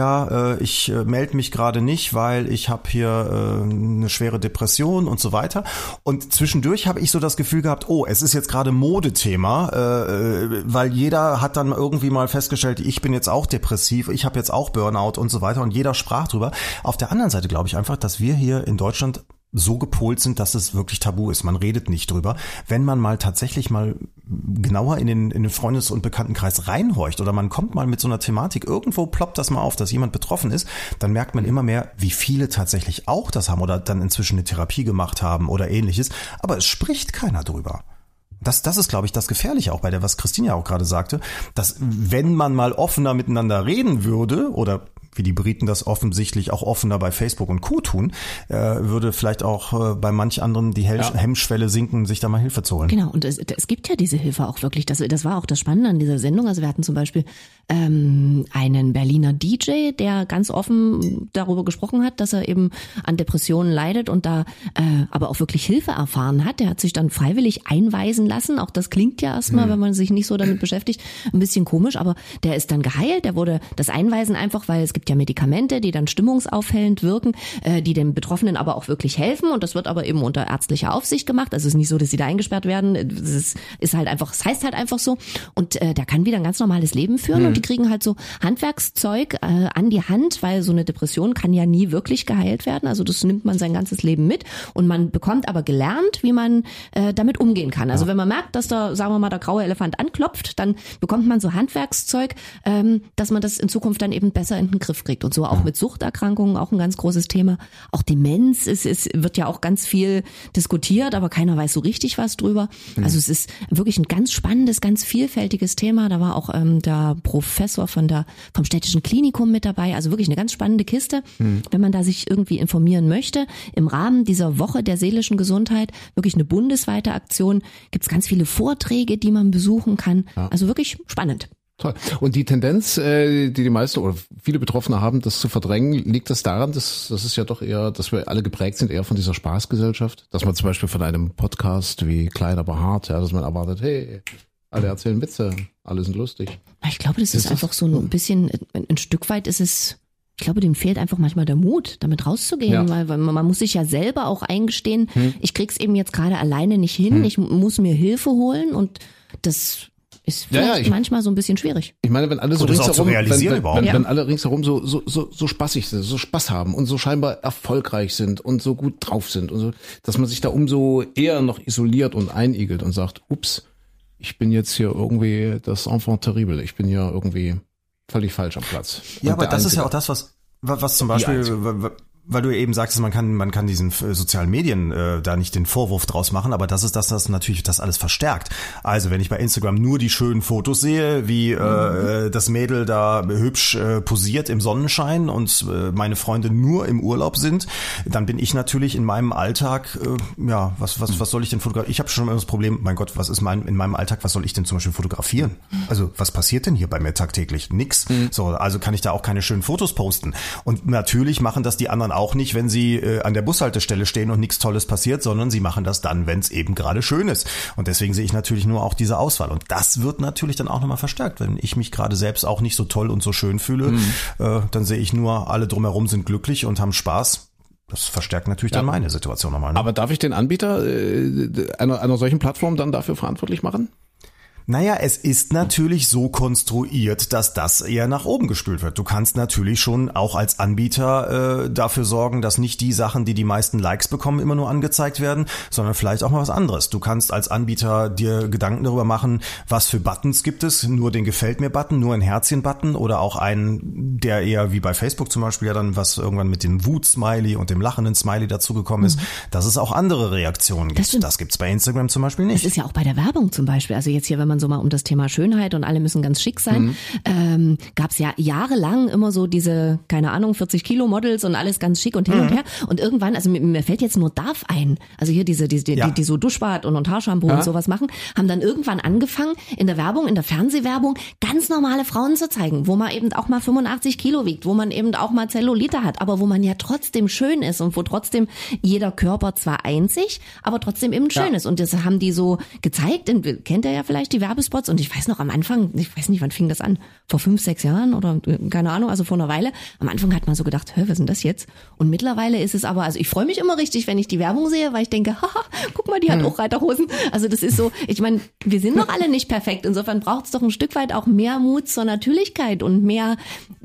[SPEAKER 5] ich melde mich gerade nicht, weil ich habe hier eine schwere Depression und so weiter. Und zwischendurch habe ich so das Gefühl gehabt, es ist jetzt gerade Modethema, weil jeder hat dann irgendwie mal festgestellt, ich bin jetzt auch depressiv, ich habe jetzt auch Burnout und so weiter und jeder sprach drüber. Auf der anderen Seite glaube ich einfach, dass wir hier in Deutschland so gepolt sind, dass es wirklich tabu ist. Man redet nicht drüber. Wenn man mal tatsächlich mal genauer in den Freundes- und Bekanntenkreis reinhorcht oder man kommt mal mit so einer Thematik, irgendwo ploppt das mal auf, dass jemand betroffen ist, dann merkt man immer mehr, wie viele tatsächlich auch das haben oder dann inzwischen eine Therapie gemacht haben oder ähnliches. Aber es spricht keiner drüber. Das ist, glaube ich, das Gefährliche auch bei der, was Christine ja auch gerade sagte, dass wenn man mal offener miteinander reden würde oder wie die Briten das offensichtlich auch offener bei Facebook und Co. tun, würde vielleicht auch bei manch anderen die Hemmschwelle sinken, sich da mal Hilfe zu holen.
[SPEAKER 4] Genau, und es gibt ja diese Hilfe auch wirklich. Das war auch das Spannende an dieser Sendung. Also wir hatten zum Beispiel einen Berliner DJ, der ganz offen darüber gesprochen hat, dass er eben an Depressionen leidet und da aber auch wirklich Hilfe erfahren hat. Der hat sich dann freiwillig einweisen lassen. Auch das klingt ja erstmal, wenn man sich nicht so damit beschäftigt, ein bisschen komisch, aber der ist dann geheilt. Der wurde das Einweisen einfach, weil es gibt ja Medikamente, die dann stimmungsaufhellend wirken, die den Betroffenen aber auch wirklich helfen, und das wird aber eben unter ärztlicher Aufsicht gemacht. Also es ist nicht so, dass sie da eingesperrt werden. Es ist halt einfach, es heißt halt einfach so, und der kann wieder ein ganz normales Leben führen und die kriegen halt so Handwerkszeug an die Hand, weil so eine Depression kann ja nie wirklich geheilt werden. Also das nimmt man sein ganzes Leben mit, und man bekommt aber gelernt, wie man damit umgehen kann. Also wenn man merkt, dass da, sagen wir mal, der graue Elefant anklopft, dann bekommt man so Handwerkszeug, dass man das in Zukunft dann eben besser in den Griff kriegt. Und so auch mit Suchterkrankungen, auch ein ganz großes Thema. Auch Demenz wird ja auch ganz viel diskutiert, aber keiner weiß so richtig was drüber. Also es ist wirklich ein ganz spannendes, ganz vielfältiges Thema. Da war auch der Professor vom Städtischen Klinikum mit dabei. Also wirklich eine ganz spannende Kiste, wenn man da sich irgendwie informieren möchte. Im Rahmen dieser Woche der seelischen Gesundheit, wirklich eine bundesweite Aktion, gibt es ganz viele Vorträge, die man besuchen kann. Ja. Also wirklich spannend.
[SPEAKER 3] Toll. Und die Tendenz, die meisten oder viele Betroffene haben, das zu verdrängen, liegt das daran, dass das ist ja doch eher, dass wir alle geprägt sind eher von dieser Spaßgesellschaft, dass man zum Beispiel von einem Podcast wie Klein aber hart, ja, dass man erwartet, hey, alle erzählen Witze, alle sind lustig.
[SPEAKER 4] Ich glaube, das ist einfach so ein bisschen, ein Stück weit ist es, ich glaube, dem fehlt einfach manchmal der Mut, damit rauszugehen, weil man muss sich ja selber auch eingestehen, ich krieg's eben jetzt gerade alleine nicht hin, ich muss mir Hilfe holen, und das ist vielleicht manchmal so ein bisschen schwierig.
[SPEAKER 3] Ich meine, wenn alle so ringsherum, wenn alle ringsherum so spaßig sind, so Spaß haben und so scheinbar erfolgreich sind und so gut drauf sind und so, dass man sich da umso eher noch isoliert und einigelt und sagt, ups, ich bin jetzt hier irgendwie das Enfant terrible, ich bin hier irgendwie völlig falsch am Platz.
[SPEAKER 5] Ja, aber das ist ja auch das, was zum Beispiel, weil du eben sagtest, man kann diesen sozialen Medien da nicht den Vorwurf draus machen, aber das ist das natürlich das alles verstärkt. Also wenn ich bei Instagram nur die schönen Fotos sehe, wie das Mädel da hübsch posiert im Sonnenschein und meine Freunde nur im Urlaub sind, dann bin ich natürlich in meinem Alltag, was soll ich denn fotografieren? Ich habe schon immer das Problem, mein Gott, was ist in meinem Alltag, was soll ich denn zum Beispiel fotografieren? Also was passiert denn hier bei mir tagtäglich? Nix. So, also kann ich da auch keine schönen Fotos posten. Und natürlich machen das die anderen auch nicht, wenn sie an der Bushaltestelle stehen und nichts Tolles passiert, sondern sie machen das dann, wenn es eben gerade schön ist. Und deswegen sehe ich natürlich nur auch diese Auswahl. Und das wird natürlich dann auch nochmal verstärkt. Wenn ich mich gerade selbst auch nicht so toll und so schön fühle, dann sehe ich nur, alle drumherum sind glücklich und haben Spaß. Das verstärkt natürlich dann meine Situation nochmal. Ne?
[SPEAKER 3] Aber darf ich den Anbieter einer solchen Plattform dann dafür verantwortlich machen?
[SPEAKER 5] Naja, es ist natürlich so konstruiert, dass das eher nach oben gespült wird. Du kannst natürlich schon auch als Anbieter dafür sorgen, dass nicht die Sachen, die die meisten Likes bekommen, immer nur angezeigt werden, sondern vielleicht auch mal was anderes. Du kannst als Anbieter dir Gedanken darüber machen, was für Buttons gibt es, nur den Gefällt-mir-Button, nur ein Herzchen-Button oder auch einen, der eher wie bei Facebook zum Beispiel ja dann was irgendwann mit dem Wut-Smiley und dem lachenden Smiley dazugekommen ist, dass es auch andere Reaktionen gibt. Das gibt's bei Instagram zum Beispiel nicht.
[SPEAKER 4] Das ist ja auch bei der Werbung zum Beispiel. Also jetzt hier, wenn man so mal um das Thema Schönheit und alle müssen ganz schick sein, gab es ja jahrelang immer so diese, keine Ahnung, 40 Kilo Models und alles ganz schick und hin und her. Und irgendwann, also mir fällt jetzt nur Darf ein, also hier die so Duschbad und Haarshampoo und sowas machen, haben dann irgendwann angefangen, in der Werbung, in der Fernsehwerbung, ganz normale Frauen zu zeigen, wo man eben auch mal 85 Kilo wiegt, wo man eben auch mal Zellulite hat, aber wo man ja trotzdem schön ist und wo trotzdem jeder Körper zwar einzig, aber trotzdem eben schön ist. Und das haben die so gezeigt, kennt ihr ja vielleicht die Werbespots, und ich weiß noch am Anfang, ich weiß nicht, wann fing das an, vor 5, 6 Jahren oder keine Ahnung, also vor einer Weile, am Anfang hat man so gedacht, was ist denn das jetzt? Und mittlerweile ist es aber, also ich freue mich immer richtig, wenn ich die Werbung sehe, weil ich denke, haha, guck mal, die hat auch Reiterhosen. Also das ist so, ich meine, wir sind doch alle nicht perfekt, insofern braucht es doch ein Stück weit auch mehr Mut zur Natürlichkeit und mehr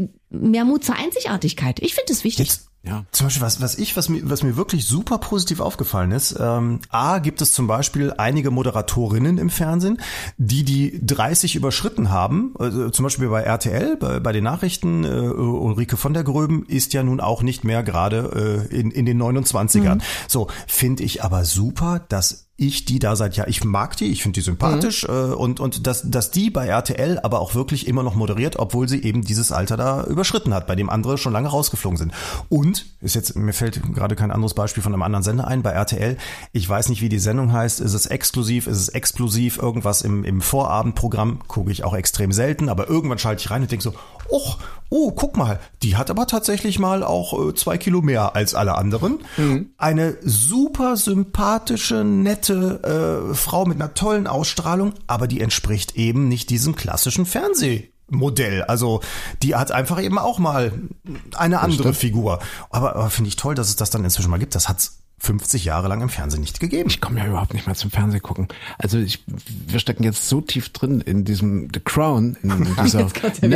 [SPEAKER 4] Mut zur Einzigartigkeit. Ich finde das wichtig.
[SPEAKER 5] Ja. Zum Beispiel, was mir wirklich super positiv aufgefallen ist, gibt es zum Beispiel einige Moderatorinnen im Fernsehen, die 30 überschritten haben, also zum Beispiel bei RTL, bei den Nachrichten, Ulrike von der Gröben ist ja nun auch nicht mehr gerade in den 29ern. So, finde ich aber super, dass ich die da ich mag die, ich finde die sympathisch und dass die bei RTL aber auch wirklich immer noch moderiert, obwohl sie eben dieses Alter da überschritten hat, bei dem andere schon lange rausgeflogen sind. Und, mir fällt gerade kein anderes Beispiel von einem anderen Sender ein, bei RTL, ich weiß nicht, wie die Sendung heißt, ist es exklusiv, ist es explosiv, irgendwas im Vorabendprogramm, gucke ich auch extrem selten, aber irgendwann schalte ich rein und denke so, guck mal, die hat aber tatsächlich mal auch 2 Kilo mehr als alle anderen. Eine super sympathische, nette Frau mit einer tollen Ausstrahlung, aber die entspricht eben nicht diesem klassischen Fernsehmodell. Also die hat einfach eben auch mal eine andere Figur. Aber finde ich toll, dass es das dann inzwischen mal gibt. Das hat's 50 Jahre lang im Fernsehen nicht gegeben.
[SPEAKER 3] Ich komme ja überhaupt nicht mehr zum Fernsehen gucken. Also wir stecken jetzt so tief drin in diesem The Crown, in dieser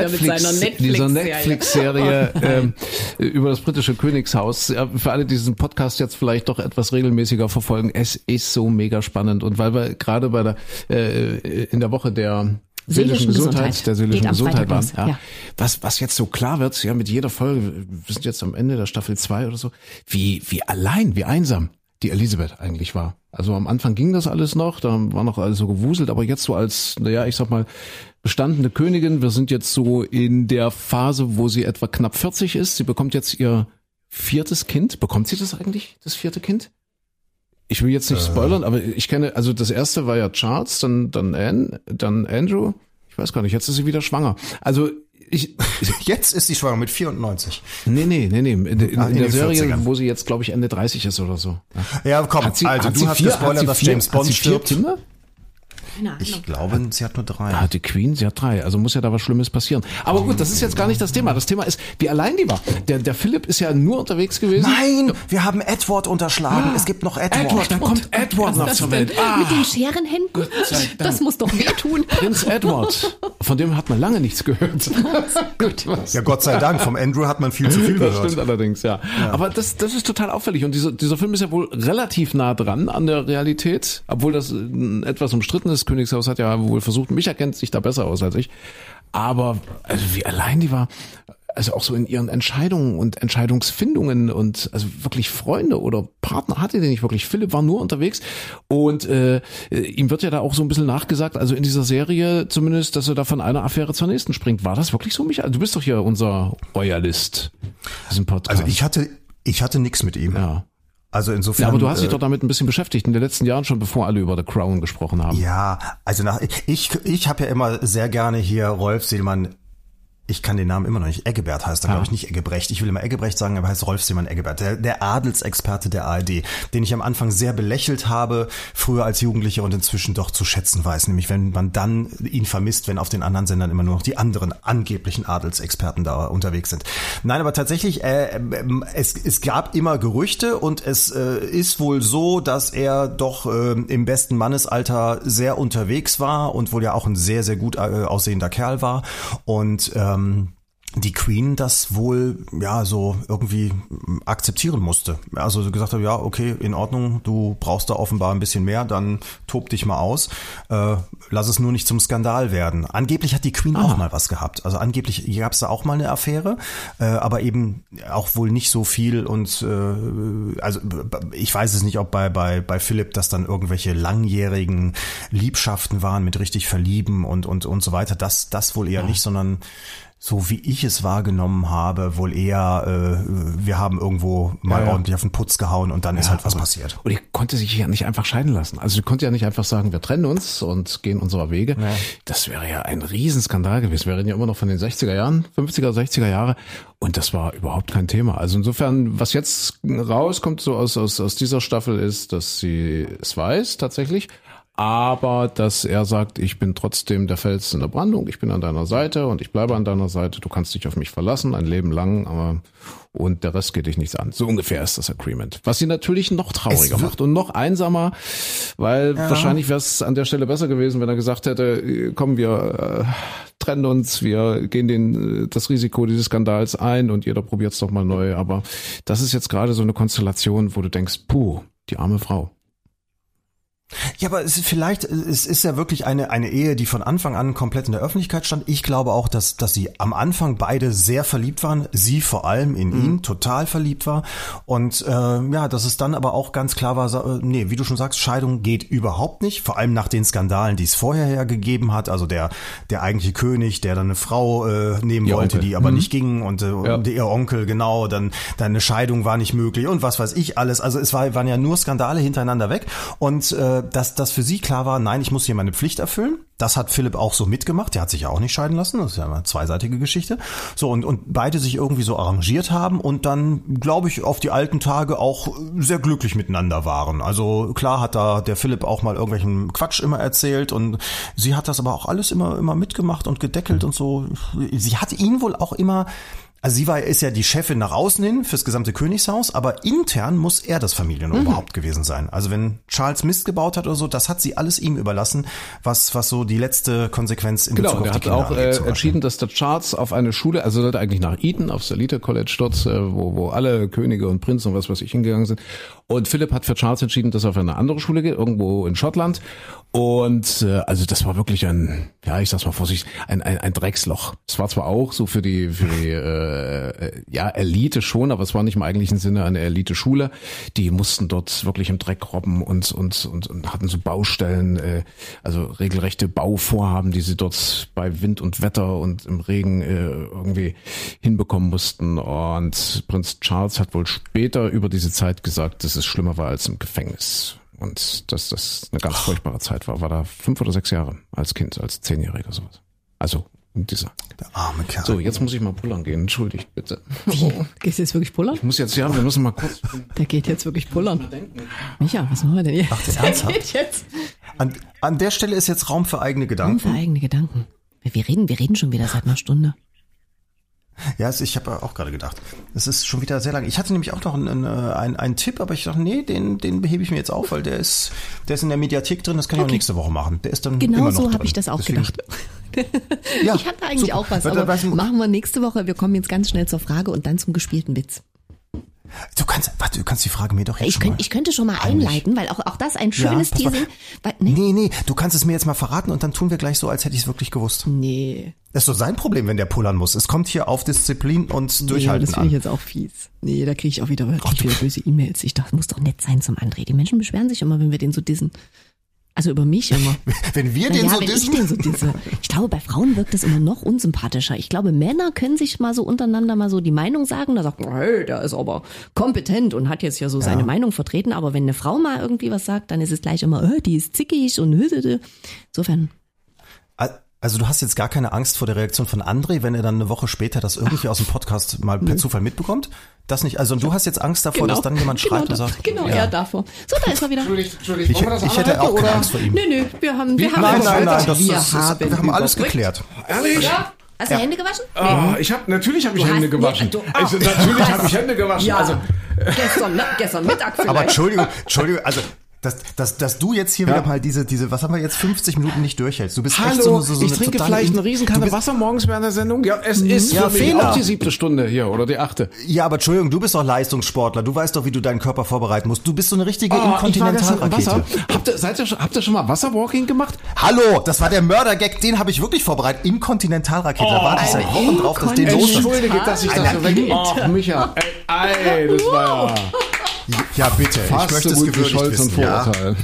[SPEAKER 3] Netflix-Serie über das britische Königshaus. Ja, für alle, die diesen Podcast jetzt vielleicht doch etwas regelmäßiger verfolgen, es ist so mega spannend. Und weil wir gerade bei der in der Woche der seelischen Gesundheit waren. Ja. Was jetzt so klar wird, ja, mit jeder Folge, wir sind jetzt am Ende der Staffel 2 oder so, wie einsam die Elisabeth eigentlich war. Also am Anfang ging das alles noch, da war noch alles so gewuselt, aber jetzt so als, ich sag mal, bestandene Königin, wir sind jetzt so in der Phase, wo sie etwa knapp 40 ist. Sie bekommt jetzt ihr 4. Kind. Bekommt sie das eigentlich, das 4. Kind? Ich will jetzt nicht spoilern, aber ich kenne, also das erste war ja Charles, dann Anne, dann Andrew. Ich weiß gar nicht, jetzt ist sie wieder schwanger. Also
[SPEAKER 5] jetzt ist sie schwanger mit 94.
[SPEAKER 3] Nee. In der Serie, 40ern. Wo sie jetzt, glaube ich, Ende 30 ist oder so.
[SPEAKER 5] Ja, komm, du hast gespoilert, dass James Bond stirbt.
[SPEAKER 3] Kinder?
[SPEAKER 5] Ich glaube, sie hat nur 3.
[SPEAKER 3] Ja, die Queen, sie hat 3. Also muss ja da was Schlimmes passieren. Aber gut, das ist jetzt gar nicht das Thema. Das Thema ist, wie allein die war. Der Philipp ist ja nur unterwegs gewesen.
[SPEAKER 5] Nein, wir haben Edward unterschlagen. Es gibt noch Edward.
[SPEAKER 3] Dann kommt Edward noch zur Welt.
[SPEAKER 4] Mit den Scherenhänden? Das muss doch wehtun.
[SPEAKER 3] Prinz Edward. Von dem hat man lange nichts gehört.
[SPEAKER 5] Gut. Ja, Gott sei Dank. Vom Andrew hat man viel zu viel gehört.
[SPEAKER 3] Das stimmt allerdings, ja. Aber das ist total auffällig. Und dieser Film ist ja wohl relativ nah dran an der Realität. Obwohl das etwas umstritten ist. Königshaus hat ja wohl versucht, Micha kennt sich da besser aus als ich, aber also wie allein die war, also auch so in ihren Entscheidungen und Entscheidungsfindungen und also wirklich Freunde oder Partner hatte die nicht wirklich. Philipp war nur unterwegs und ihm wird ja da auch so ein bisschen nachgesagt, also in dieser Serie zumindest, dass er da von einer Affäre zur nächsten springt. War das wirklich so, Micha? Du bist doch hier unser Royalist, diesem Podcast.
[SPEAKER 5] Also ich hatte nichts mit ihm.
[SPEAKER 3] Ja.
[SPEAKER 5] Also insofern.
[SPEAKER 3] Ja, aber du hast dich doch damit ein bisschen beschäftigt in den letzten Jahren schon, bevor alle über The Crown gesprochen haben.
[SPEAKER 5] Ja, also ich habe ja immer sehr gerne hier Rolf Seelmann. Ich kann den Namen immer noch nicht. Eggebert heißt er, glaube ich, nicht Eggebrecht. Ich will immer Eggebrecht sagen, aber heißt Rolf Seemann Eggebert. Der Adelsexperte der ARD, den ich am Anfang sehr belächelt habe, früher als Jugendlicher und inzwischen doch zu schätzen weiß. Nämlich, wenn man dann ihn vermisst, wenn auf den anderen Sendern immer nur noch die anderen angeblichen Adelsexperten da unterwegs sind. Nein, aber tatsächlich, es gab immer Gerüchte und es ist wohl so, dass er doch im besten Mannesalter sehr unterwegs war und wohl ja auch ein sehr, sehr gut aussehender Kerl war. Und die Queen das wohl ja so irgendwie akzeptieren musste. Also gesagt hat, ja, okay, in Ordnung, du brauchst da offenbar ein bisschen mehr, dann tob dich mal aus. Lass es nur nicht zum Skandal werden. Angeblich hat die Queen auch mal was gehabt. Also angeblich gab es da auch mal eine Affäre, aber eben auch wohl nicht so viel. Und also ich weiß es nicht, ob bei Philipp das dann irgendwelche langjährigen Liebschaften waren mit richtig Verlieben und so weiter. Das wohl eher nicht, sondern so wie ich es wahrgenommen habe, wohl eher, wir haben irgendwo mal ordentlich auf den Putz gehauen und dann ist halt was passiert.
[SPEAKER 3] Und die konnte sich ja nicht einfach scheiden lassen. Also die konnte ja nicht einfach sagen, wir trennen uns und gehen unserer Wege. Ja. Das wäre ja ein Riesenskandal gewesen. Wir reden ja immer noch von den 60er Jahren, 50er, 60er Jahre. Und das war überhaupt kein Thema. Also insofern, was jetzt rauskommt so aus dieser Staffel ist, dass sie es weiß tatsächlich. Aber dass er sagt, ich bin trotzdem der Fels in der Brandung, ich bin an deiner Seite und ich bleibe an deiner Seite, du kannst dich auf mich verlassen, ein Leben lang, und der Rest geht dich nichts an. So ungefähr ist das Agreement. Was sie natürlich noch trauriger macht und noch einsamer, weil wahrscheinlich wäre es an der Stelle besser gewesen, wenn er gesagt hätte, komm, wir trennen uns, wir gehen das Risiko dieses Skandals ein und jeder probiert es doch mal neu. Aber das ist jetzt gerade so eine Konstellation, wo du denkst, puh, die arme Frau.
[SPEAKER 5] Ja, aber es ist ja wirklich eine Ehe, die von Anfang an komplett in der Öffentlichkeit stand. Ich glaube auch, dass sie am Anfang beide sehr verliebt waren. Sie vor allem in ihn total verliebt war. Und dass es dann aber auch ganz klar war, nee, wie du schon sagst, Scheidung geht überhaupt nicht. Vor allem nach den Skandalen, die es vorher gegeben hat. Also der eigentliche König, der dann eine Frau nehmen wollte, die aber nicht ging. Und ihr Onkel, genau, dann eine Scheidung war nicht möglich und was weiß ich alles. Also waren ja nur Skandale hintereinander weg. Und dass für sie klar war, nein, ich muss hier meine Pflicht erfüllen. Das hat Philipp auch so mitgemacht. Der hat sich ja auch nicht scheiden lassen. Das ist ja eine zweiseitige Geschichte. So, und beide sich irgendwie so arrangiert haben und dann, glaube ich, auf die alten Tage auch sehr glücklich miteinander waren. Also klar hat da der Philipp auch mal irgendwelchen Quatsch immer erzählt und sie hat das aber auch alles immer mitgemacht und gedeckelt und so. Sie hat ihn wohl auch immer... Also ist ja die Chefin nach außen hin fürs gesamte Königshaus, aber intern muss er das Familienoberhaupt gewesen sein. Also wenn Charles Mist gebaut hat oder so, das hat sie alles ihm überlassen, was so die letzte Konsequenz in Bezug auf die Kinder angeht. Genau,
[SPEAKER 3] er hat auch entschieden, dass der Charles auf eine Schule, also sollte eigentlich nach Eton, aufs Elite College dort, wo alle Könige und Prinzen und was weiß ich hingegangen sind. Und Philipp hat für Charles entschieden, dass er auf eine andere Schule geht, irgendwo in Schottland. Und also das war wirklich ein Drecksloch. Es war zwar auch so für die Elite schon, aber es war nicht im eigentlichen Sinne eine Elite-Schule. Die mussten dort wirklich im Dreck robben und hatten so Baustellen, also regelrechte Bauvorhaben, die sie dort bei Wind und Wetter und im Regen irgendwie hinbekommen mussten. Und Prinz Charles hat wohl später über diese Zeit gesagt, dass es schlimmer war als im Gefängnis. Und dass das eine ganz furchtbare Zeit war. War da 5 oder 6 Jahre als Kind, als 10-Jähriger sowas. Also der
[SPEAKER 5] arme Kerl.
[SPEAKER 3] So, jetzt muss ich mal pullern gehen. Entschuldigt bitte.
[SPEAKER 4] Wie? Gehst du jetzt wirklich pullern?
[SPEAKER 3] Ich muss jetzt, wir müssen mal kurz.
[SPEAKER 4] Der geht jetzt wirklich pullern. Micha, was machen wir denn hier?
[SPEAKER 5] Ach, das ernsthaft?
[SPEAKER 4] Geht jetzt.
[SPEAKER 5] An der Stelle ist jetzt Raum für eigene Gedanken.
[SPEAKER 4] Raum für eigene Gedanken. Wir reden schon wieder seit einer Stunde.
[SPEAKER 5] Ja, ich habe auch gerade gedacht, es ist schon wieder sehr lang. Ich hatte nämlich auch noch einen Tipp, aber ich dachte, nee, den behebe ich mir jetzt auf, weil der ist in der Mediathek drin, das kann ich auch nächste Woche machen. Der ist dann
[SPEAKER 4] genau
[SPEAKER 5] immer noch
[SPEAKER 4] so
[SPEAKER 5] drin.
[SPEAKER 4] habe ich das auch gedacht.
[SPEAKER 5] Ja,
[SPEAKER 4] ich hatte eigentlich
[SPEAKER 5] super.
[SPEAKER 4] auch was, aber machen wir nächste Woche. Wir kommen jetzt ganz schnell zur Frage und dann zum gespielten Witz.
[SPEAKER 5] Du kannst die Frage mir doch jetzt schon mal.
[SPEAKER 4] Ich könnte schon mal einleiten, weil auch das ein schönes Teasing.
[SPEAKER 5] Nee, du kannst es mir jetzt mal verraten und dann tun wir gleich so, als hätte ich es wirklich gewusst.
[SPEAKER 4] Nee.
[SPEAKER 5] Das ist so sein Problem, wenn der pullern muss. Es kommt hier auf Disziplin und Durchhalten
[SPEAKER 4] das finde ich jetzt auch fies. Nee, da kriege ich auch wieder viele böse E-Mails. Ich dachte, muss doch nett sein zum André. Die Menschen beschweren sich immer, wenn wir den so dissen. Also über mich immer.
[SPEAKER 5] Wenn wir den so dissen?
[SPEAKER 4] Ich den so disse. Ich glaube, bei Frauen wirkt das immer noch unsympathischer. Ich glaube, Männer können sich mal so untereinander mal so die Meinung sagen. Da sagt man, hey, der ist aber kompetent und hat jetzt ja so seine Meinung vertreten. Aber wenn eine Frau mal irgendwie was sagt, dann ist es gleich immer, die ist zickig und insofern.
[SPEAKER 5] Also du hast jetzt gar keine Angst vor der Reaktion von André, wenn er dann eine Woche später das irgendwie aus dem Podcast mal per Zufall mitbekommt? Das nicht. Also du hast jetzt Angst davor, dass dann jemand schreibt und sagt.
[SPEAKER 4] Genau, er davor. So, da ist er wieder.
[SPEAKER 5] Entschuldigung. Ich hätte auch keine Angst vor ihm.
[SPEAKER 4] Nö, wir haben
[SPEAKER 5] wir haben alles geklärt.
[SPEAKER 3] Ehrlich?
[SPEAKER 4] Ja. Hast du Hände gewaschen?
[SPEAKER 3] Natürlich habe ich Hände gewaschen. Natürlich habe ich Hände gewaschen.
[SPEAKER 4] Ja. Also gestern Mittag vielleicht.
[SPEAKER 5] Aber Entschuldigung, also dass du jetzt hier wieder mal diese, was haben wir jetzt, 50 Minuten nicht durchhältst. Du bist echt so
[SPEAKER 3] ich trinke vielleicht eine Riesenkanne Wasser morgens während der Sendung. Ja, es ist für mich auch die 7. Stunde hier oder die 8.
[SPEAKER 5] Ja, aber Entschuldigung, du bist doch Leistungssportler. Du weißt doch, wie du deinen Körper vorbereiten musst. Du bist so eine richtige Inkontinentalrakete.
[SPEAKER 3] Habt ihr schon mal Wasserwalking gemacht?
[SPEAKER 5] Hallo, das war der Mördergag, den habe ich wirklich vorbereitet. Inkontinentalrakete. Da warte ich seit Wochen drauf, dass den los ist.
[SPEAKER 3] Entschuldige, dass ich das so weg... Oh, Micha, ey, das war ja...
[SPEAKER 5] Ja, bitte.
[SPEAKER 3] Fast
[SPEAKER 5] ich möchte es gewürdigt wissen.
[SPEAKER 3] Vorurteil.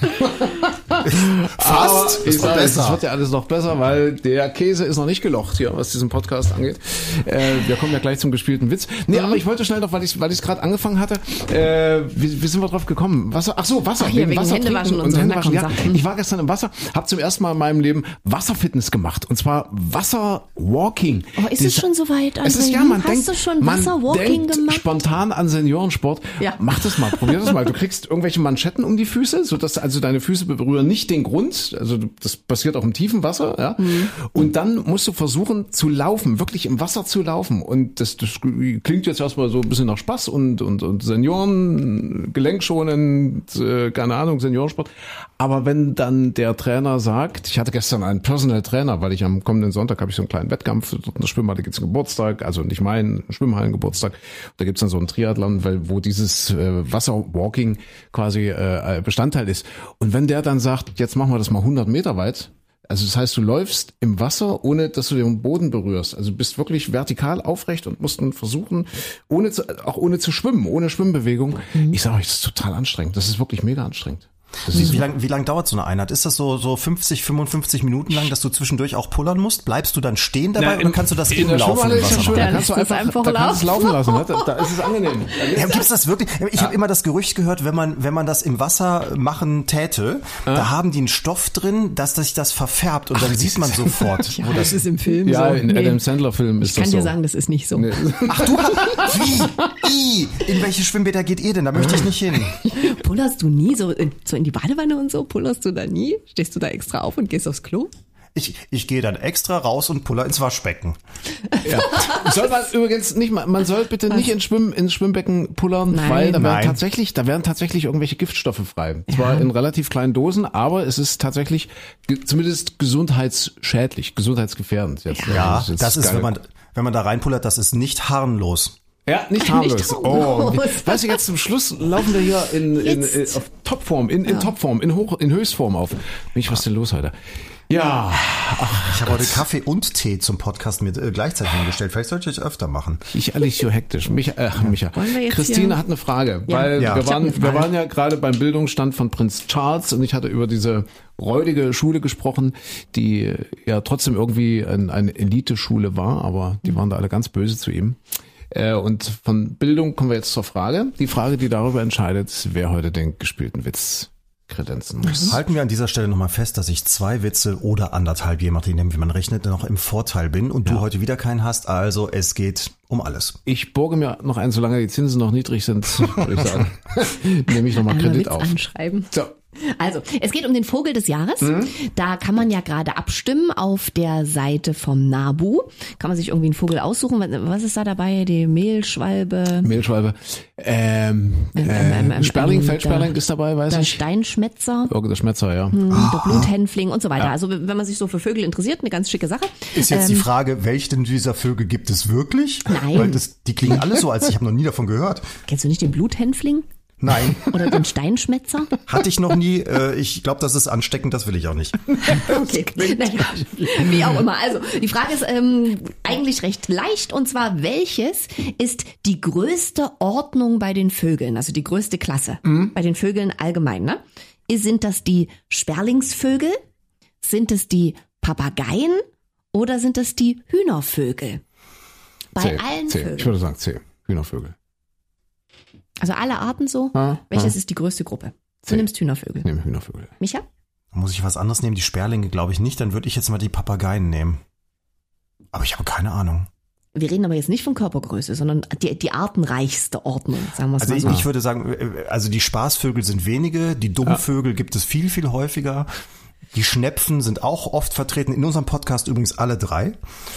[SPEAKER 5] Fast.
[SPEAKER 3] Es wird ja alles noch besser, weil der Käse ist noch nicht gelocht hier, was diesen Podcast angeht. Wir kommen ja gleich zum gespielten Witz. Nee, aber ich wollte schnell noch, weil ich es gerade angefangen hatte, wie sind wir drauf gekommen? Wasser.
[SPEAKER 4] Wegen Wasser Händewaschen und so.
[SPEAKER 3] Händewaschen. Ja, ich war gestern im Wasser, habe zum ersten Mal in meinem Leben Wasserfitness gemacht. Und zwar Wasserwalking.
[SPEAKER 4] Oh, ist es schon soweit?
[SPEAKER 3] Es ist man denkt spontan an Seniorensport.
[SPEAKER 4] Ja.
[SPEAKER 3] Mach das mal. Probier das mal. Du kriegst irgendwelche Manschetten um die Füße, sodass also deine Füße berühren nicht den Grund. Also das passiert auch im tiefen Wasser. Ja. Und dann musst du versuchen zu laufen, wirklich im Wasser zu laufen. Und das klingt jetzt erstmal so ein bisschen nach Spaß und Senioren, gelenkschonend, keine Ahnung, Seniorensport. Aber wenn dann der Trainer sagt, ich hatte gestern einen Personal Trainer, weil ich am kommenden Sonntag habe ich so einen kleinen Wettkampf, dort in der Schwimmhalle gibt's einen Geburtstag, also nicht meinen Schwimmhallengeburtstag, da gibt's dann so einen Triathlon, wo dieses Wasserwalking quasi Bestandteil ist. Und wenn der dann sagt, jetzt machen wir das mal 100 Meter weit, also das heißt, du läufst im Wasser, ohne dass du den Boden berührst. Also du bist wirklich vertikal aufrecht und musst dann versuchen, ohne zu schwimmen, ohne Schwimmbewegung. Ich sage euch, das ist total anstrengend. Das ist wirklich mega anstrengend.
[SPEAKER 5] Wie lang dauert so eine Einheit? Ist das so 50, 55 Minuten lang, dass du zwischendurch auch pullern musst? Bleibst du dann stehen dabei oder kannst du das eben laufen?
[SPEAKER 3] Ist ja schön, da kannst du einfach laufen lassen. Ne? Da ist es angenehm.
[SPEAKER 5] Ja, gibt's das wirklich? Ich habe immer das Gerücht gehört, wenn man das im Wasser machen täte, da haben die einen Stoff drin, dass sich das verfärbt und dann sieht man sofort,
[SPEAKER 4] wo das ist im Film
[SPEAKER 3] ja,
[SPEAKER 4] so.
[SPEAKER 3] in Adam Sandler Film ist das so.
[SPEAKER 4] Ich kann dir sagen, das ist nicht so. Nee.
[SPEAKER 5] Ach du, wie? In welche Schwimmbäder geht ihr denn? Da möchte ich nicht hin.
[SPEAKER 4] Pullerst du nie so in die Badewanne und so? Pullerst du da nie? Stehst du da extra auf und gehst aufs Klo?
[SPEAKER 5] Ich gehe dann extra raus und puller ins Waschbecken.
[SPEAKER 3] Ja. Soll man übrigens nicht mal, man soll bitte nicht ins Schwimmbecken pullern, weil da werden tatsächlich irgendwelche Giftstoffe frei. Zwar in relativ kleinen Dosen, aber es ist tatsächlich zumindest gesundheitsschädlich, gesundheitsgefährdend.
[SPEAKER 5] Ja, das ist, wenn man da reinpullert, das ist nicht harmlos.
[SPEAKER 3] Ja, nicht harmlos. Oh, weißt du, jetzt zum Schluss laufen wir hier auf Topform, in Topform, in Höchstform auf. Was ist denn los heute? Ja.
[SPEAKER 5] Ich habe heute Kaffee und Tee zum Podcast mir gleichzeitig hingestellt. Vielleicht sollte ich das öfter machen.
[SPEAKER 3] Ich alles so hektisch. Micha. Christine hat eine Frage, weil wir waren ja gerade beim Bildungsstand von Prinz Charles und ich hatte über diese räudige Schule gesprochen, die ja trotzdem irgendwie eine Elite-Schule war, aber die waren da alle ganz böse zu ihm. Und von Bildung kommen wir jetzt zur Frage. Die Frage, die darüber entscheidet, wer heute den gespielten Witz kredenzen muss.
[SPEAKER 5] Halten wir an dieser Stelle nochmal fest, dass ich 2 Witze oder 1,5, je nachdem, wie man rechnet, noch im Vorteil bin und du heute wieder keinen hast. Also es geht um alles.
[SPEAKER 3] Ich borge mir noch einen, solange die Zinsen noch niedrig sind, würde ich sagen. Nehme ich nochmal Kredit auf.
[SPEAKER 4] Anschreiben. So. Also, es geht um den Vogel des Jahres. Da kann man ja gerade abstimmen auf der Seite vom NABU. Kann man sich irgendwie einen Vogel aussuchen. Was ist da dabei? Die Mehlschwalbe.
[SPEAKER 3] Sperling, Feldsperling ist dabei, weiß
[SPEAKER 4] der
[SPEAKER 3] ich.
[SPEAKER 4] Steinschmätzer.
[SPEAKER 3] Der Schmätzer, ja.
[SPEAKER 4] Der Bluthänfling und so weiter. Ja. Also, wenn man sich so für Vögel interessiert, eine ganz schicke Sache.
[SPEAKER 5] Ist jetzt die Frage, welchen dieser Vögel gibt es wirklich?
[SPEAKER 4] Nein.
[SPEAKER 5] Weil die klingen alle so, als ich habe noch nie davon gehört.
[SPEAKER 4] Kennst du nicht den Bluthänfling?
[SPEAKER 5] Nein.
[SPEAKER 4] Oder den Steinschmätzer?
[SPEAKER 5] Hatte ich noch nie. Ich glaube, das ist ansteckend, das will ich auch nicht.
[SPEAKER 4] Okay, naja, wie auch immer. Also, die Frage ist eigentlich recht leicht. Und zwar, welches ist die größte Ordnung bei den Vögeln? Also die größte Klasse bei den Vögeln allgemein, ne? Sind das die Sperlingsvögel? Sind es die Papageien? Oder sind es die Hühnervögel? Bei allen Vögeln.
[SPEAKER 3] Ich würde sagen C. Hühnervögel.
[SPEAKER 4] Also alle Arten so? Welches ist die größte Gruppe? Du nimmst Hühnervögel.
[SPEAKER 3] Ich nehme Hühnervögel.
[SPEAKER 4] Micha?
[SPEAKER 5] Muss ich was anderes nehmen? Die Sperlinge glaube ich nicht. Dann würde ich jetzt mal die Papageien nehmen. Aber ich habe keine Ahnung.
[SPEAKER 4] Wir reden aber jetzt nicht von Körpergröße, sondern die artenreichste Ordnung, sagen wir es mal so.
[SPEAKER 5] Ich würde sagen, also die Spaßvögel sind wenige, die Dummvögel gibt es viel, viel häufiger. Die Schnepfen sind auch oft vertreten, in unserem Podcast übrigens alle 3.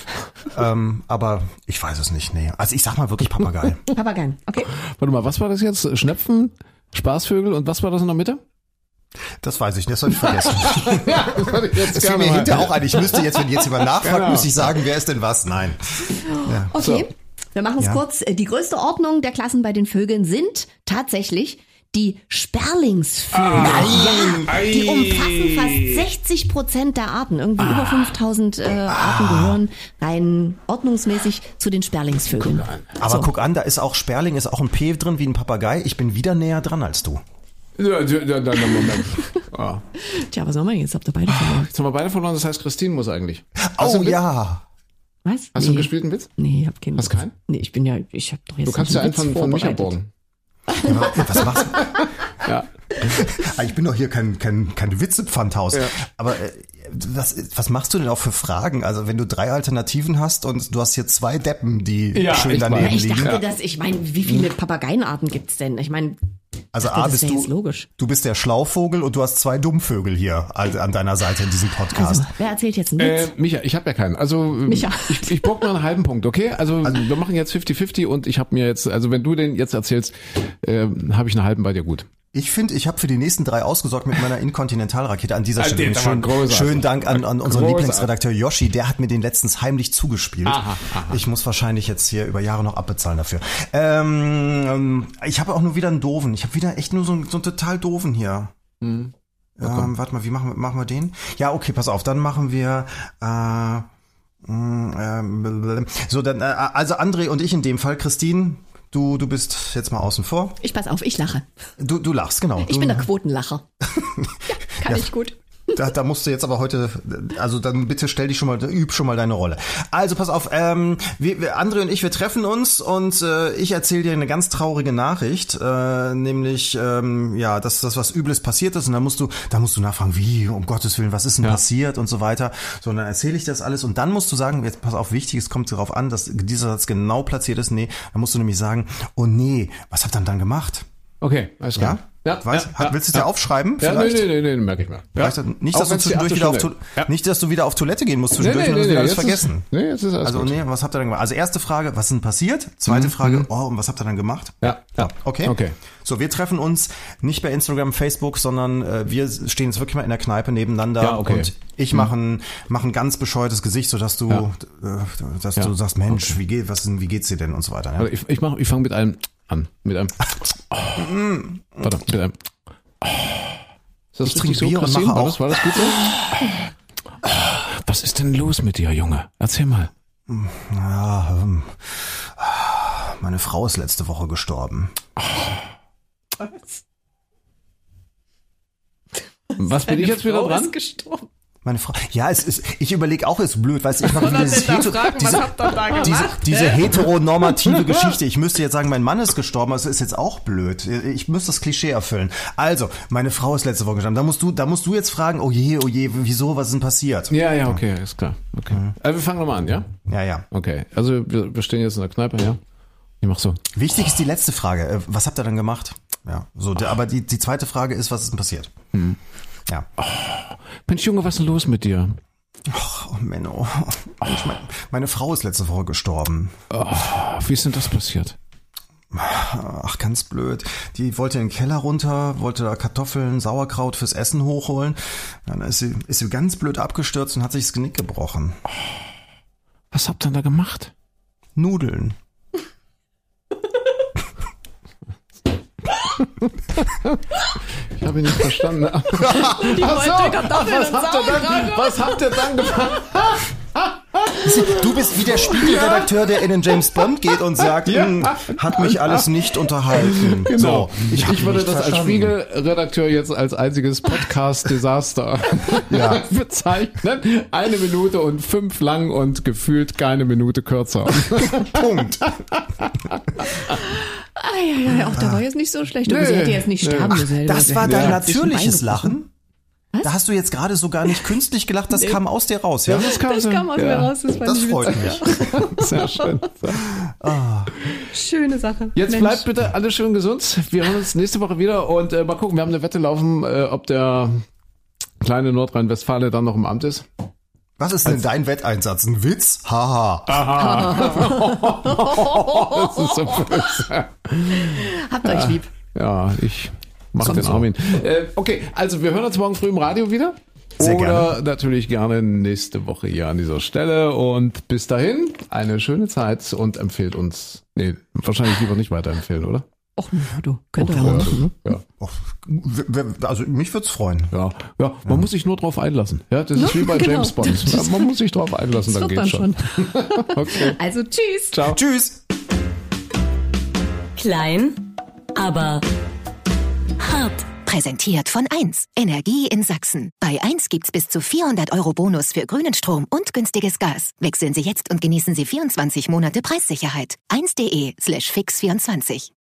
[SPEAKER 5] Aber ich weiß es nicht, nee. Also ich sag mal wirklich Papagei.
[SPEAKER 4] Papageien, okay.
[SPEAKER 3] Warte mal, was war das jetzt? Schnepfen, Spaßvögel und was war das in der Mitte?
[SPEAKER 5] Das weiß ich nicht, das habe ich vergessen.
[SPEAKER 3] Ja, das hatte ich jetzt
[SPEAKER 5] das fiel mir hinterher auch ein. Ich müsste jetzt, wenn jetzt jemand nachfragt, muss ich sagen, wer ist denn was? Nein.
[SPEAKER 4] Ja. Okay, so. Wir machen es kurz. Die größte Ordnung der Klassen bei den Vögeln sind tatsächlich die Sperlingsvögel. Die umfassen fast 60% der Arten. Irgendwie über 5000 Arten gehören rein ordnungsmäßig zu den Sperlingsvögeln.
[SPEAKER 5] Aber guck an, da ist auch Sperling, ist auch ein P drin wie ein Papagei. Ich bin wieder näher dran als du.
[SPEAKER 3] Moment.
[SPEAKER 4] Tja, was soll man jetzt? Habt ihr beide verloren?
[SPEAKER 3] Jetzt haben wir beide verloren, das heißt, Christine muss eigentlich.
[SPEAKER 5] Oh ja.
[SPEAKER 4] Was?
[SPEAKER 3] Hast du einen gespielten Witz?
[SPEAKER 4] Nee, ich hab keinen.
[SPEAKER 3] Hast du keinen?
[SPEAKER 4] Nee, ich hab doch jetzt
[SPEAKER 3] Du kannst ja einen von Micha borgen.
[SPEAKER 5] Ja, was machst du?
[SPEAKER 3] Ja.
[SPEAKER 5] Ich bin doch hier kein Witzepfandhaus. Ja. Aber was machst du denn auch für Fragen? Also wenn du 3 Alternativen hast und du hast hier 2 Deppen, die schön daneben liegen.
[SPEAKER 4] Ich dachte, ich meine, wie viele Papageienarten gibt's denn? Ich meine,
[SPEAKER 5] also
[SPEAKER 4] bist
[SPEAKER 5] du bist der Schlauvogel und du hast 2 Dummvögel hier an deiner Seite in diesem Podcast. Also,
[SPEAKER 4] wer erzählt jetzt einen Witz?
[SPEAKER 3] Micha, ich habe ja keinen. Also Micha. Ich bock nur einen halben Punkt, okay? Also wir machen jetzt 50-50 und ich habe mir jetzt, also wenn du den jetzt erzählst, habe ich einen halben bei dir gut.
[SPEAKER 5] Ich finde, ich habe für die nächsten 3 ausgesorgt mit meiner Inkontinentalrakete an dieser Stelle.
[SPEAKER 3] Großartig.
[SPEAKER 5] Schönen Dank an unseren Lieblingsredakteur Yoshi, der hat mir den letztens heimlich zugespielt.
[SPEAKER 3] Aha.
[SPEAKER 5] Ich muss wahrscheinlich jetzt hier über Jahre noch abbezahlen dafür. Ich habe auch nur wieder einen doofen. Ich habe wieder echt nur so einen total doofen hier. Okay. Warte mal, wie machen wir den? Ja, okay, pass auf, dann machen wir so, dann also André und ich in dem Fall, Christine. Du bist jetzt mal außen vor.
[SPEAKER 4] Ich pass auf, ich lache.
[SPEAKER 5] Du lachst, genau.
[SPEAKER 4] Ich bin der Quotenlacher. Kann ich gut.
[SPEAKER 5] Da musst du jetzt aber heute, also dann bitte üb schon mal deine Rolle. Also pass auf, André und ich, wir treffen uns und ich erzähle dir eine ganz traurige Nachricht, nämlich dass das was Übles passiert ist und da musst du nachfragen, wie, um Gottes Willen, was ist denn passiert und so weiter. So, und dann erzähle ich das alles und dann musst du sagen, jetzt pass auf, wichtig, es kommt darauf an, dass dieser Satz genau platziert ist. Nee, dann musst du nämlich sagen, oh nee, was habt ihr dann gemacht?
[SPEAKER 3] Okay, alles klar.
[SPEAKER 5] Willst du es dir aufschreiben?
[SPEAKER 3] Ja, nee, merke ich mal. Ja.
[SPEAKER 5] Nicht, dass du zwischendurch wieder auf Toilette gehen musst zwischendurch und das wieder alles vergessen.
[SPEAKER 3] Jetzt ist alles gut.
[SPEAKER 5] Was habt ihr dann gemacht? Also erste Frage, was ist denn passiert? Zweite Frage, und was habt ihr dann gemacht?
[SPEAKER 3] Ja.
[SPEAKER 5] Okay. So, wir treffen uns nicht bei Instagram, Facebook, sondern wir stehen jetzt wirklich mal in der Kneipe nebeneinander und ich mache ein ganz bescheuertes Gesicht, sodass du du sagst, Mensch, wie geht's dir denn und so weiter. Ja?
[SPEAKER 3] Also ich fange mit einem an. Mit einem. Warte, mit einem. Ist das richtig so, Christine? War das gut so? Was ist denn los mit dir, Junge? Erzähl mal.
[SPEAKER 5] Ja, meine Frau ist letzte Woche gestorben.
[SPEAKER 3] Was bin ich jetzt wieder dran?
[SPEAKER 4] Ist gestorben.
[SPEAKER 5] Meine Frau. Ja, ich überlege auch, ist blöd, weil ich mache diese heteronormative Geschichte. Ich müsste jetzt sagen, mein Mann ist gestorben, das ist jetzt auch blöd. Ich müsste das Klischee erfüllen. Also, meine Frau ist letzte Woche gestorben. Da musst du jetzt fragen, oh je, wieso, was ist denn passiert?
[SPEAKER 3] Ja, okay, ist klar. Okay. Wir fangen nochmal an, ja?
[SPEAKER 5] Ja.
[SPEAKER 3] Okay, also wir stehen jetzt in der Kneipe, ja? Ich mach so.
[SPEAKER 5] Wichtig ist die letzte Frage. Was habt ihr dann gemacht? Ja, so. Aber die zweite Frage ist, was ist denn passiert? Ja.
[SPEAKER 3] Mensch, Junge, was ist denn los mit dir?
[SPEAKER 5] Oh Menno. Meine Frau ist letzte Woche gestorben.
[SPEAKER 3] Wie ist denn das passiert?
[SPEAKER 5] Ach, ganz blöd. Die wollte in den Keller runter, wollte da Kartoffeln, Sauerkraut fürs Essen hochholen. Dann ist sie ganz blöd abgestürzt und hat sich das Genick gebrochen.
[SPEAKER 3] Was habt ihr denn da gemacht?
[SPEAKER 5] Nudeln.
[SPEAKER 3] Ich habe ihn nicht verstanden. Was habt ihr dann gemacht?
[SPEAKER 5] Du bist wie der Spiegelredakteur, der in den James Bond geht und sagt, hat mich alles nicht unterhalten.
[SPEAKER 3] Genau.
[SPEAKER 5] So,
[SPEAKER 3] ich würde das als Spiegelredakteur jetzt als einziges Podcast-Desaster bezeichnen. 1 Minute und 5 lang und gefühlt keine Minute kürzer.
[SPEAKER 5] Punkt.
[SPEAKER 4] Auch der war jetzt nicht so schlecht. Aber sie hätte jetzt nicht sterben müssen.
[SPEAKER 5] Das war dein natürliches Lachen? Was? Da hast du jetzt gerade sogar nicht künstlich gelacht, das kam aus dir raus, ja?
[SPEAKER 4] Das kam aus mir raus,
[SPEAKER 5] das freut mich.
[SPEAKER 3] Sehr schön.
[SPEAKER 4] Schöne Sache.
[SPEAKER 3] Jetzt bleibt bitte alle schön gesund. Wir hören uns nächste Woche wieder und mal gucken, wir haben eine Wette laufen, ob der kleine Nordrhein-Westfale dann noch im Amt ist.
[SPEAKER 5] Was ist denn dein Wetteinsatz? Ein Witz? Haha.
[SPEAKER 3] Das ist so böse.
[SPEAKER 4] Habt euch lieb.
[SPEAKER 3] Ja, ich mach den Armin. Okay, also wir hören uns morgen früh im Radio wieder.
[SPEAKER 5] Sehr
[SPEAKER 3] Oder
[SPEAKER 5] gerne.
[SPEAKER 3] natürlich gerne nächste Woche hier an dieser Stelle. Und bis dahin eine schöne Zeit und empfehlt uns. Nee, wahrscheinlich lieber nicht weiterempfehlen, oder?
[SPEAKER 4] Och, du könnt ihr auch machen, ne?
[SPEAKER 3] Ja.
[SPEAKER 5] Also mich würde es freuen.
[SPEAKER 3] Ja, man muss sich nur drauf einlassen. Ja, das ist wie bei James Bond. Ja, man muss sich drauf einlassen, dann geht's schon. Okay.
[SPEAKER 4] Also tschüss.
[SPEAKER 3] Ciao.
[SPEAKER 5] Tschüss.
[SPEAKER 1] Klein, aber hart.
[SPEAKER 2] Präsentiert von 1. Energie in Sachsen. Bei 1 gibt's bis zu 400 € Bonus für grünen Strom und günstiges Gas. Wechseln Sie jetzt und genießen Sie 24 Monate Preissicherheit. 1.de/fix24.